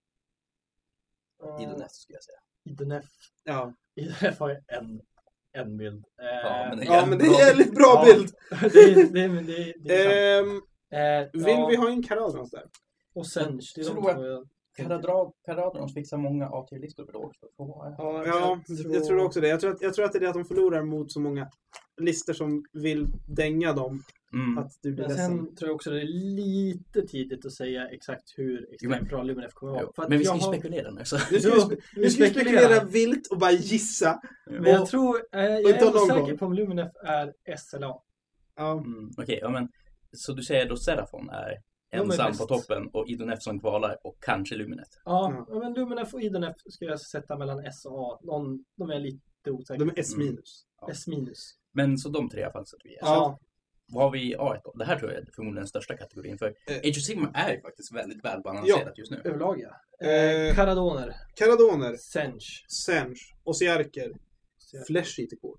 Uh, Idoneth skulle jag säga. Idenef. Ja. Idenef har ju en, en bild. Eh, Ja, men det är Ja, men det är bra. en jävligt bra Ja. bild! det, är- det, är- det, är- det är sant. Ehm, Eh, vill ja, vi ha in Caradons där? Och Sench. Det är de Tror två jag- jag... Karadra- Karadrons fixar många A-tier-listor för då också. Får- Ja, Ja, jag tror också det. Jag tror, att, jag tror att det är det att de förlorar mot så många listor som vill dänga dem. Mm. Att du blir Men ledsen. sen tror jag också det är lite tidigt att säga exakt hur extremt men- bra Luminef kommer att Jo, vara. För att men vi ska jag ju har- spekulera nu så. Nu ska vi, Jo, spe- vi nu ska vi spekulerar. spekulera vilt och bara gissa. Men jag Och- tror, eh, jag inte ha är någon osäker koll. på om Luminef är S eller A. Ja, Mm, Okej, ja, men så du säger då Seraphon är De är ensam bäst. på toppen och Idoneth som kvalar och kanske Lumineth. Ja, Ja. ja, men Luminef och Idonef ska jag sätta mellan S och A. Någon, de är lite osäkra. de är S minus. Ja. S minus. Men så de tre i alla fall sätter vi. Ja. Ja. Vad har vi i A ett då? Det här tror jag är förmodligen den största kategorin. För Eh. Age of Sigmar är ju faktiskt väldigt välbalanserat just nu. Överlag ja. Eh, Eh, Karadoner. Caradoner, Sench. Sench, Osiarker, Flesh Eater Court.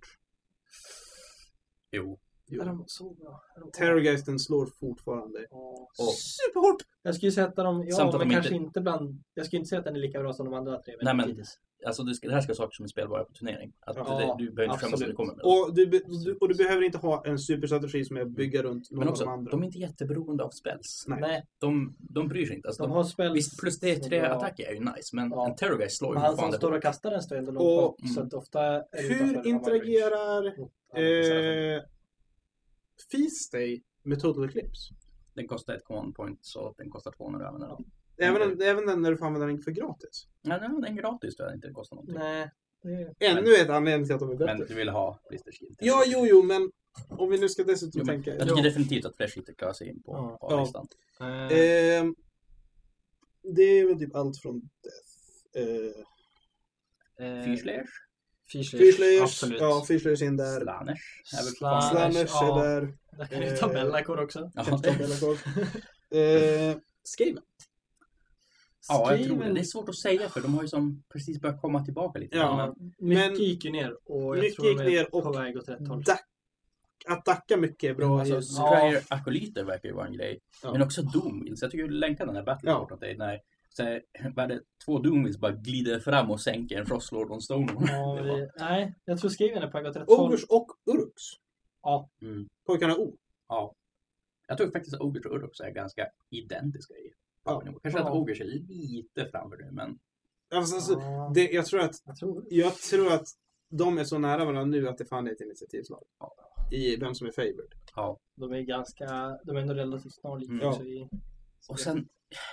Jo. Är de så bra? Är de- Terrorgeisten slår fortfarande. Ja. Och, Superhårt! Jag skulle sätta dem, ja Samt att men de kanske inte- inte bland, jag skulle inte säga att den är lika bra som de andra tre. Nej, men- hittills. alltså det, ska, det här ska vara saker som är spelbara på turnering. Att Ja, det, du behöver inte skämmas när absolut. du kommer med dem. Och du, be- du, och du behöver inte ha en superstrategi som är att bygga runt någon Men av också, de andra. de är inte jätteberoende av spells. Nej. Nej, De, de bryr sig inte. Alltså, de de, har spel. visst, plus det är tre attacker är ju nice, men Ja. en terrorgeist slår ju Men han som fortfarande står hårt. och kastar den står ändå långt Och- bort. Så att ofta är det utanför Hur av interagerar average mot andra Seraphon. eh, Feast Day med Total Eclipse? Den kostar ett command point så den kostar tvåhundra att använda den. Även, Mm. den, även den när du får använda den för gratis. Nej, nej, den är gratis tror jag inte det kostar någonting. Nej, det är... Ännu ett anledning till att de är bättre. Men du vill ha blister skill. Ja, jo, jo, men om vi nu ska dessutom Jo, men tänka... jag tycker definitivt att Flash inte klarar sig in på Ja. A-listan. Eh, Ehm, Det är väl typ allt från Death. Uh, Eh, Fyrslayers? Fyrslayers, absolut. Ja, Fyrslayers in där. Slanners? är väl Slanners, kvar. Slanners ja. är där. Där kan du ta Eh, Bellacor också. Ja, Kan ta Bellacor. uh, Skaven. ja, jag tror det. Skaven- Det är svårt att säga för de har ju som precis börjat komma tillbaka lite. Ja. Men, Mycket Men- gick ju ner och jag mycket tror gick de är ner på och väg åt rätt håll. Dack, att dacka mycket är bra. alltså, just- Scryer Akolyter verkar ju vara en grej. Ja. Men också Doomwheels. Jag tycker du länkar den här Battleboard Ja. åt dig. När så här, vad är det, två Doomwheels bara glider fram och sänker en Frostlord on Stonewall. Ja, Det var- det, nej, jag tror Skaven är på väg åt rätt håll. Ogers och Urux. Ja, Mm. Pojkarna O. Ja. Jag tror faktiskt att Ogers och Urux är ganska identiska i Ja. power-nivå. Kanske Ja. att Ogers är lite framför nu, men Alltså, alltså, ja, det, jag, tror att, jag tror det. jag tror att de är så nära varandra nu att det fan är ett initiativslag. Ja. I vem som är favored. ja. De är ganska, de är ändå relativt snarlika Mm. också i... Och sen,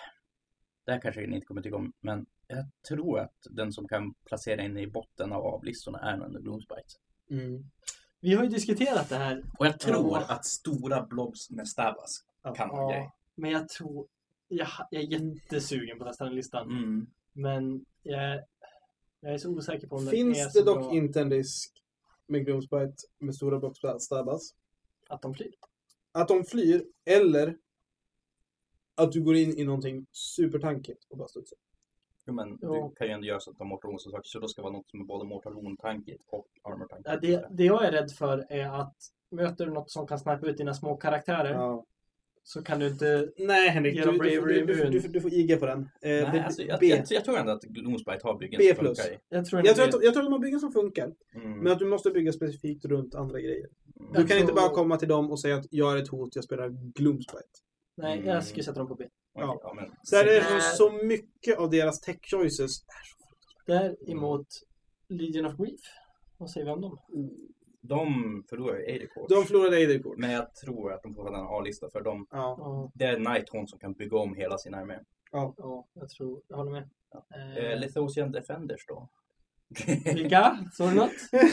det här kanske ni inte kommer tycka om, men jag tror att den som kan placera in i botten av avlistorna är nog Gloomspite. Mm. Vi har ju diskuterat det här, Och jag tror Ja. att stora blobs med Stavas kan vara en grej. ja, men jag tror... Jag, jag är jättesugen på att testa den listan. Mm. Men jag, jag är så osäker på om den är Finns så det dock bra inte en risk med Gloomspite med stora boxstabas? att de flyr. Att de flyr eller att du går in i någonting supertankigt och bara studsar. Jo, men Ja. du kan ju ändå göra så att de Mortal Wounds och saker, så då ska vara något som är både Mortal Wound-tankigt och Armor-tankigt. Ja, det, det jag är rädd för är att möter du något som kan snappa ut dina små karaktärer Ja. så kan du inte... Nej Henrik, du, Genom du, du, Bravery du, du, Immune. du, du, du får I G på den. Eh, Nej, B, alltså, jag, B. jag, jag tror ändå att Gloomspite har byggen B som plus. funkar i. Jag tror, Jag tror, inte att, jag tror att de har byggen som funkar. Mm. Men att du måste bygga specifikt runt andra grejer. Mm. Du kan tror- inte bara komma till dem och säga att jag är ett hot, jag spelar Gloomspite. Nej, Mm. jag skulle sätta dem på B. Okej, Ja. ja, men, Så är det Nej. så mycket av deras tech choices. Däremot Legion of Grief. Vad säger vi om dem? de förlorar ju Aidekort. De förlorade Aidekort. Men jag tror att de får en A-lista för dem. Ja. Ja, Det är Nighthorn som kan bygga om hela sin armé. ja, jag tror, jag håller med. Ja. Eh, Eh, Lethosian Defenders då? Vilka? Såg du något?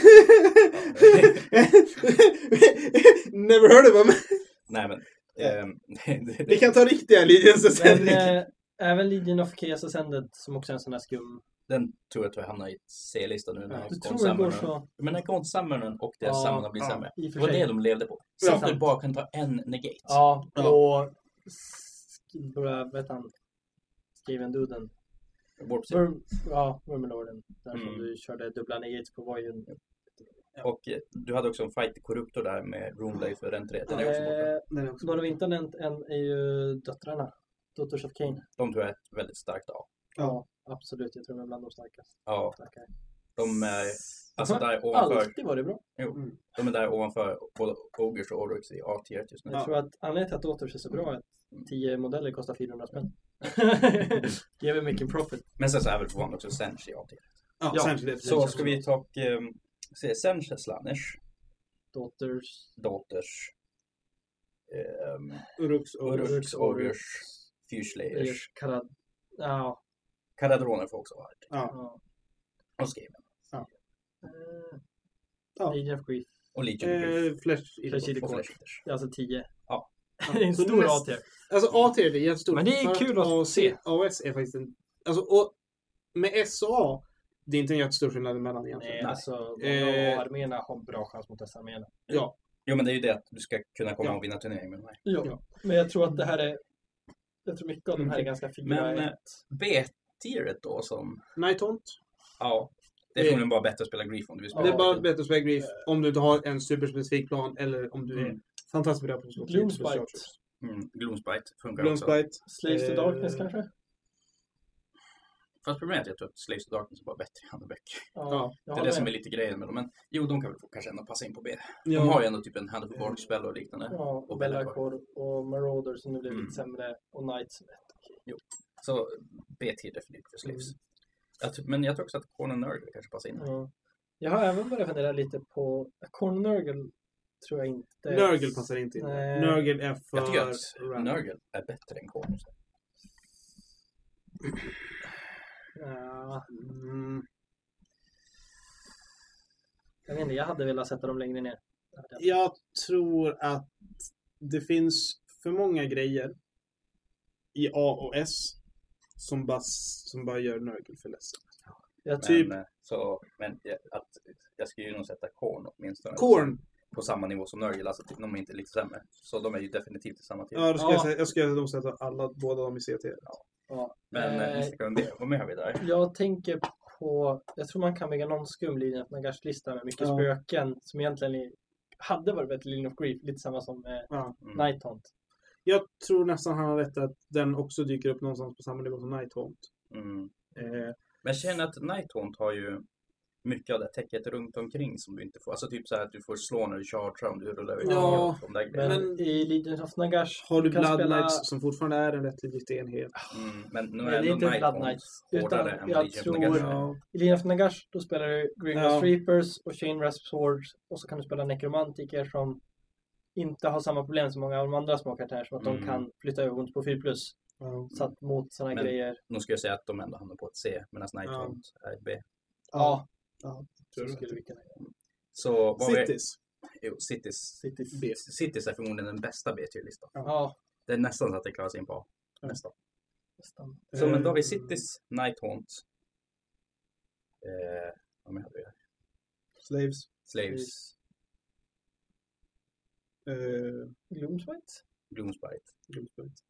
Never heard of them. Nej men... ehm, det- det- Vi kan ta riktiga Legions Men sen. eh, även Legion of Chaos Ascended som också är en sån här skum. Den tror jag att vi hamnar i C-listan nu. Ja, När Du Gaunt tror det går Summoner- så? Men när Gaunt Summoner och deras Ja, Summoner blir ja, sämre. I och Det för var sig. det de levde på. Ja, Så att du sant. bara kan ta en negate. Ja, Ja. och Skibra, vad heter han? Skriven Duden. Warp Zero. Worm, ja, Wormelorden. Där som Mm. du körde dubbla negates på Voyen. Och eh, du hade också en fight i Korruptor där med Runelay för den tre. Den är också borta. Eh, Den är också Några vi inte har nämnt än är ju döttrarna. Daughters of Cain. De tror jag är ett väldigt starkt A. Ja, absolut. Jag tror de är bland de starkaste. Ja, Starkare. de är alltså De har där ovanför. Alltid varit bra. Jo, de är där ovanför både Ogres och Orux i A-tier just nu. Jag Ja. tror att anledningen till att Daughters är så bra är att tio modeller kostar fyrahundra spänn. Ger vi mycket profit. Men sen så är väl One också Sench i A-tier. Ja, Ja, sen det. Så ska vi ta och um, se Sench, Slanners, Daughters, Daughters, um, Urux och Urux, Urux, Ogres, Fyrslayers. Ers, Karad... Ja. Karadroner får också vara här. Ja. ja. Och Skaven. Eh, Ja. Legion of Grief. Och Legion of Grief. Eh, Flash Flash Eater. Eater. Och Flesh Eaters. Det är alltså tio. Ja. Det är en Så stor näst- A-tier. Alltså A-tier är jättestort. Men det är För kul att A- se. A S är faktiskt en... Alltså, och med S och A, det är inte en jättestor skillnad mellan egentligen. Nej, Nej. alltså Eh. A-arméerna har bra chans mot dessa arméerna. Ja. Jo men det är ju det att du ska kunna komma Ja. och vinna turnering med de här. Ja. Ja. Men jag tror att det här är... Jag tror mycket av de här är Mm. ganska fyra Men ett. eh, B-tieret då som... Nighthaunt. Ja. Det är Det- förmodligen bara bättre att spela Grief om du vill spela. Det är bara A-tier. bättre att spela Grief om du inte har en superspecifik plan eller om du är Mm. fantastiskt bra på att slå till Gloomspite. chargers. Mm, Gloomspite funkar också. Gloomspite. Slaves to Eh, Darkness kanske? Fast problemet är att jag tror att Slaves to Darkness är bara bättre än Handelbäck. Ja, Ja, jag Det är håller det som är med. lite grejen med dem. Men jo, de kan väl få kanske ändå passa in på B. Ja. De har ju ändå typ en Hand of Bark-spel och liknande. Ja, och och Bellacore och Marauder som nu blev Mm. lite sämre. Och Knights som är okej. Så B-tier definitivt för Slaves. Jag tror- men jag tror också att Corner Nurgle kanske passar in. Ja. Jag har även börjat fundera lite på... Cornurgle tror jag inte... Nurgle passar inte in. Nej. Nurgle är för... Jag tycker att random. Nurgle är bättre än Corner. Ja, Mm. jag vet inte, jag hade velat sätta dem längre ner. Jag tror att det finns för många grejer i A och S som bara, som bara gör Nurgle för ledsen. Jag Men, typ... så, men jag, att, jag skulle ju nog sätta Korn åtminstone. Korn! På samma nivå som Nurgle, alltså typ, de är inte lite sämre. Så de är ju definitivt i samma tid. Ja, då ska Ja. jag, säga, jag ska nog sätta alla, båda dem i C T. Ja. Ja, Men eh, eh, ska vi med, vad mer har vi där? jag tänker på... Jag tror man kan bygga någon skumlinje på Nagash-listan med mycket Ja. spöken som egentligen är, hade varit bättre Line of Grief. Lite samma som eh, Ja. Mm. Night Hunt. Jag tror nästan han har rätt att den också dyker upp någonstans på samma nivå som Night Haunt. Mm. Eh, Men jag känner att Night Haunt har ju mycket av det täcket runt omkring som du inte får. Alltså typ så här att du får slå när du chartrar om du rullar över Ja, de där Men, grejerna. Men- i Legends of Nagash har du kan Blood spela... Knights som fortfarande är en rätt legit enhet. Mm. Men nu Nej, är det är ändå inte Night Blood Haunt Knights, hårdare utan än jag Legion of tror- Nagash. Ja. I Legends of Nagash då spelar du Gringos Ja. Reapers och Chain Rasp Swords och så kan du spela nekromantiker som inte har samma problem som många av de andra små karaktärer som att Mm. de kan flytta över hon på fyra plus. Ja. Så att mot sådana Men- grejer. Nu ska jag säga att de ändå hamnar på ett C, medan Night Ja. Haunt är ett B. Ja, Ja. så skulle vi kunna göra. Så vad är... Cities. Jo, Cities. Cities. B. Cities är förmodligen den bästa B-tier-listan. Ja, Det är nästan så att det klarar sig in på A. Ja. Nästan. nästan. Så men då har vi Eh, Cities, Night Haunt. Eh, vad mer hade vi här? Slaves. Slaves, Eh, Gloomspite? Gloomspite. Gloomspite.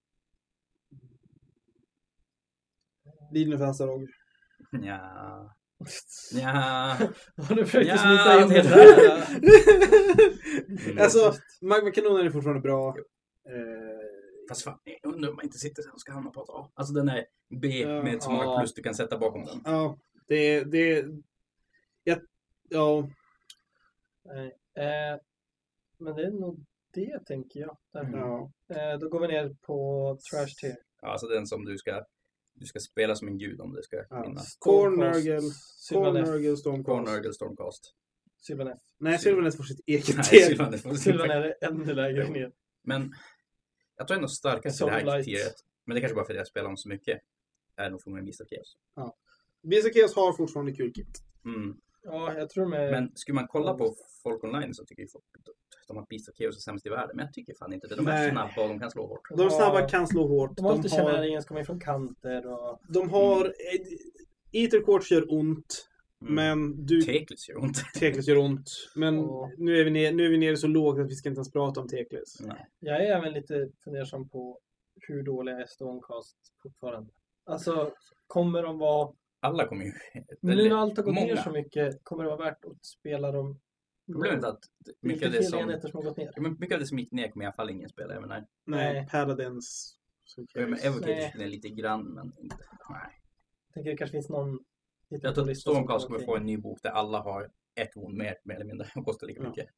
Legion of Azarog. Nja. Nja. Har du försökt Ja, smita in det det där. där? Mm. Alltså, Magma Kanonen är fortfarande bra. Eh, Fast fan, jag undrar om man inte sitter och ska hamna på ett A. Alltså den är B Ja. med så många Ja. plus du kan sätta bakom den. ja, det det ja, ja, Nej. Eh, men det är nog det tänker jag. Där. Mm. ja. Eh, då går vi ner på Trash Tier. Ja, alltså den som du ska du ska spela som en gud om det ska Ja. vinna. Korn, Stormcast, Nurgle, Sylvan F. Korn, Nurgle, Korn, Stormcast. Nurgle, Stormcast. Sylvan F. Nej, Sylvanet får sitt eget Nej, te. Sylvan, det får Sylvan är ännu lägre Jo. ner. Men jag tror ändå starkast i det här Sunlight. kriteriet. Men det är kanske bara för att jag spelar om så mycket. Är nog förmodligen Beast of Chaos. Beast of Chaos har fortfarande kul kit. Mm. Ja, jag tror med... Men skulle man kolla på folk online så tycker ju folk de har Beast of Chaos är sämst i världen. Men jag tycker fan inte det. De är Nej. snabba och de kan slå hårt. De Ja. snabba kan slå hårt. De har lite De har, kärnäringen som kommer från kanter och... de har eh, Ether Quartz gör ont. Mm. Men du, Teklis gör ont. Teklis gör ont. Men Ja. nu, är vi ner, nu är vi nere så lågt att vi ska inte ens prata om Teklis. Nej. Jag är även lite fundersam på hur dåliga är Stormcast fortfarande. Alltså, kommer de vara... Alla kommer ju... Nu när allt har gått många. ner så mycket, kommer det vara värt att spela dem? Problemet är att Det är mycket av inte det fel som... enheter som har gått ner. Ja, men mycket av det som gick ner kommer i alla fall ingen spela. Jag menar, Nej, Nej. Paladins. som ja, men krävs. Evocate Nej. spelar lite grann, men inte... Nej. Jag tänker det kanske finns någon... Jag tror att lista som Stormcast går kommer få en ny bok där alla har ett wound mer, mer eller mindre, och kostar lika Ja. mycket.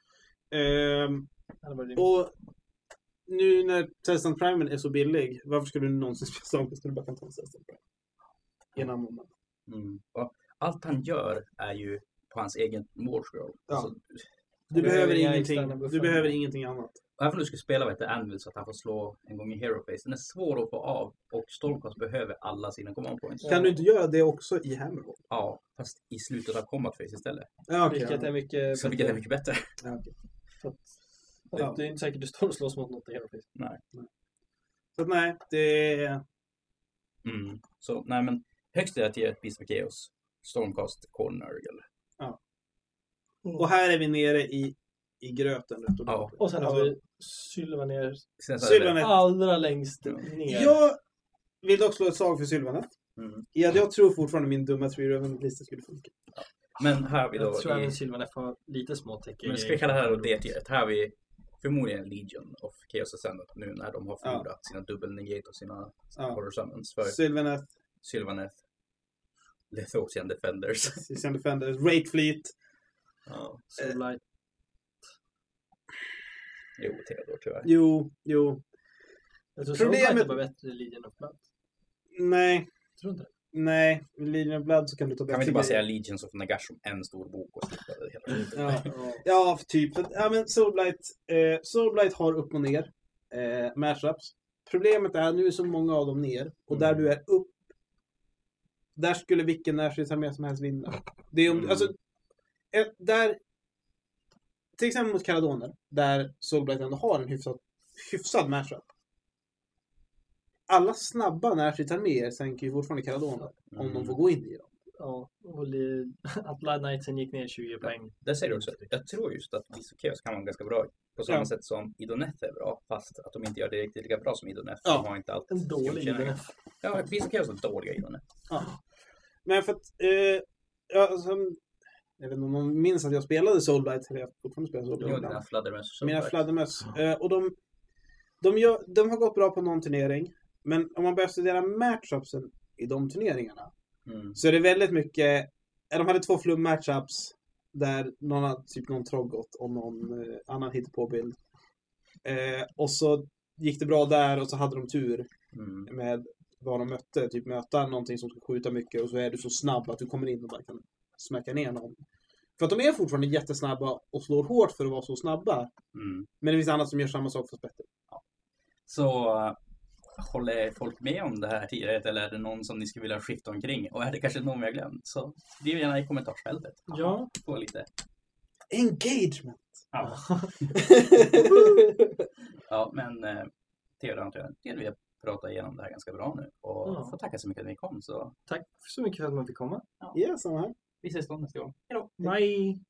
Ehm, Eller vad det är. och nu när Celestant Primen är så billig, varför skulle du någonsin spela Stormcast när du bara kan ta en Celestant Prime? I en annan moment. Mm. Och allt han gör är ju på hans egen war scroll. Ja. Alltså, Du Du behöver behöver inga ingenting. externa buffar. Du behöver ingenting annat. och även om du skulle spela vad heter Anvil så att han får slå en gång i Hero Face, den är svår att få av och Stormcast behöver alla sina command points. Ja. Kan du inte göra det också i Hammerhall? Ja, fast i slutet av Combat Face istället. Ja, okej. Vilket är mycket Så vilket är mycket bättre. Ja, okej. Så att, Ja. Det är inte säkert du står och slåss mot något i Hero Face. Så att nej, det är... Mm. Så nej men högst är till ett Beast of Chaos, Stormcast, Korn, Nurgle. Och här är vi nere i, i gröten. Rätt Ja. ordentligt. Och sen har Alltså, vi Sylvaner Sen så är det- Sylvaner. allra längst Ja. ner. Jag vill dock slå ett slag för Sylvanet. Mm. Ja, jag tror fortfarande min dumma tre-röven-lista skulle funka. Men här har vi då Jag tror i, även Sylvaner har lite små tecken. men ska vi kalla det här då D-tieret? Här har vi förmodligen Legion of Chaos Ascendant nu när de har förlorat sina dubbel negate och sina Ja. horror summons för Sylvanet, Sylvaneth, Lethosian Defenders. Season Defenders, Rate Fleet. Ja. Soulblight. Jo, Theodor tyvärr. Jo, jo. Jag tror Problemet- Soulblight var bättre i Legion of Blood. Nej, Tror du inte det? nej. I Legion of Blood så kan du ta Kan bättre vi inte bara säga grejer. Legions of Nagash som en stor bok och slippa det hela skiten? Ja. Ja. Ja, typ. Ja, men Soulblight, eh, Soulblight har upp och ner eh, mashups. Problemet är nu är så många av dem ner och där Mm. du är upp, där skulle vilken närstridsarmé som helst vinna. Det är om, Mm. alltså, eh, där, till exempel mot Karadoner, där Soulblight ändå har en hyfsad, hyfsad mashup. alla snabba närstridsarméer sänker ju fortfarande Caradon Mm. om de får gå in i dem. Ja, och li- att Blood Knightsen gick ner tjugo poäng. Det säger du också. Jag tror just att Visokeos kan vara ganska bra. På samma Ja. sätt som Idoneth är bra. Fast att de inte gör det riktigt lika bra som Idoneth. Ja. De har inte alltid En dålig skilltjänare. Idoneth. Ja, Visokeos är dåliga Idoneth. Ja. Men för att... Eh, ja, alltså, jag vet inte om någon minns att jag spelade Soulblight. Eller jag fortfarande spelar Jo, Soulblight. dina fladdermöss. Mina fladdermöss. Eh, och de, de, gör, de har gått bra på någon turnering. Men om man börjar studera matchupsen i de turneringarna. Mm. Så är det väldigt mycket... Ja, de hade två flum-matchups. Där någon hade typ någon Troggot och någon eh, annan hittepåbild. Eh, och så gick det bra där och så hade de tur Mm. med vad de mötte. Typ möta någonting som ska skjuta mycket och så är du så snabb att du kommer in och bara kan smäcka ner någon. För att de är fortfarande jättesnabba och slår hårt för att vara så snabba. Mm. Men det finns annat som gör samma sak fast bättre. Så uh, håller folk med om det här tidigare eller är det någon som ni skulle vilja skifta omkring? Och är det kanske någon vi har glömt? Så skriv gärna i kommentarsfältet. Ja. Få lite. Engagement! Ja, ja men uh, Theodor och Anton, vi har pratat igenom det här ganska bra nu. Och Ja. får tacka så mycket att ni kom. Så Tack så mycket för att man fick komma. Ja, samma här. vi ses då nästa gång. Hej då! Bye!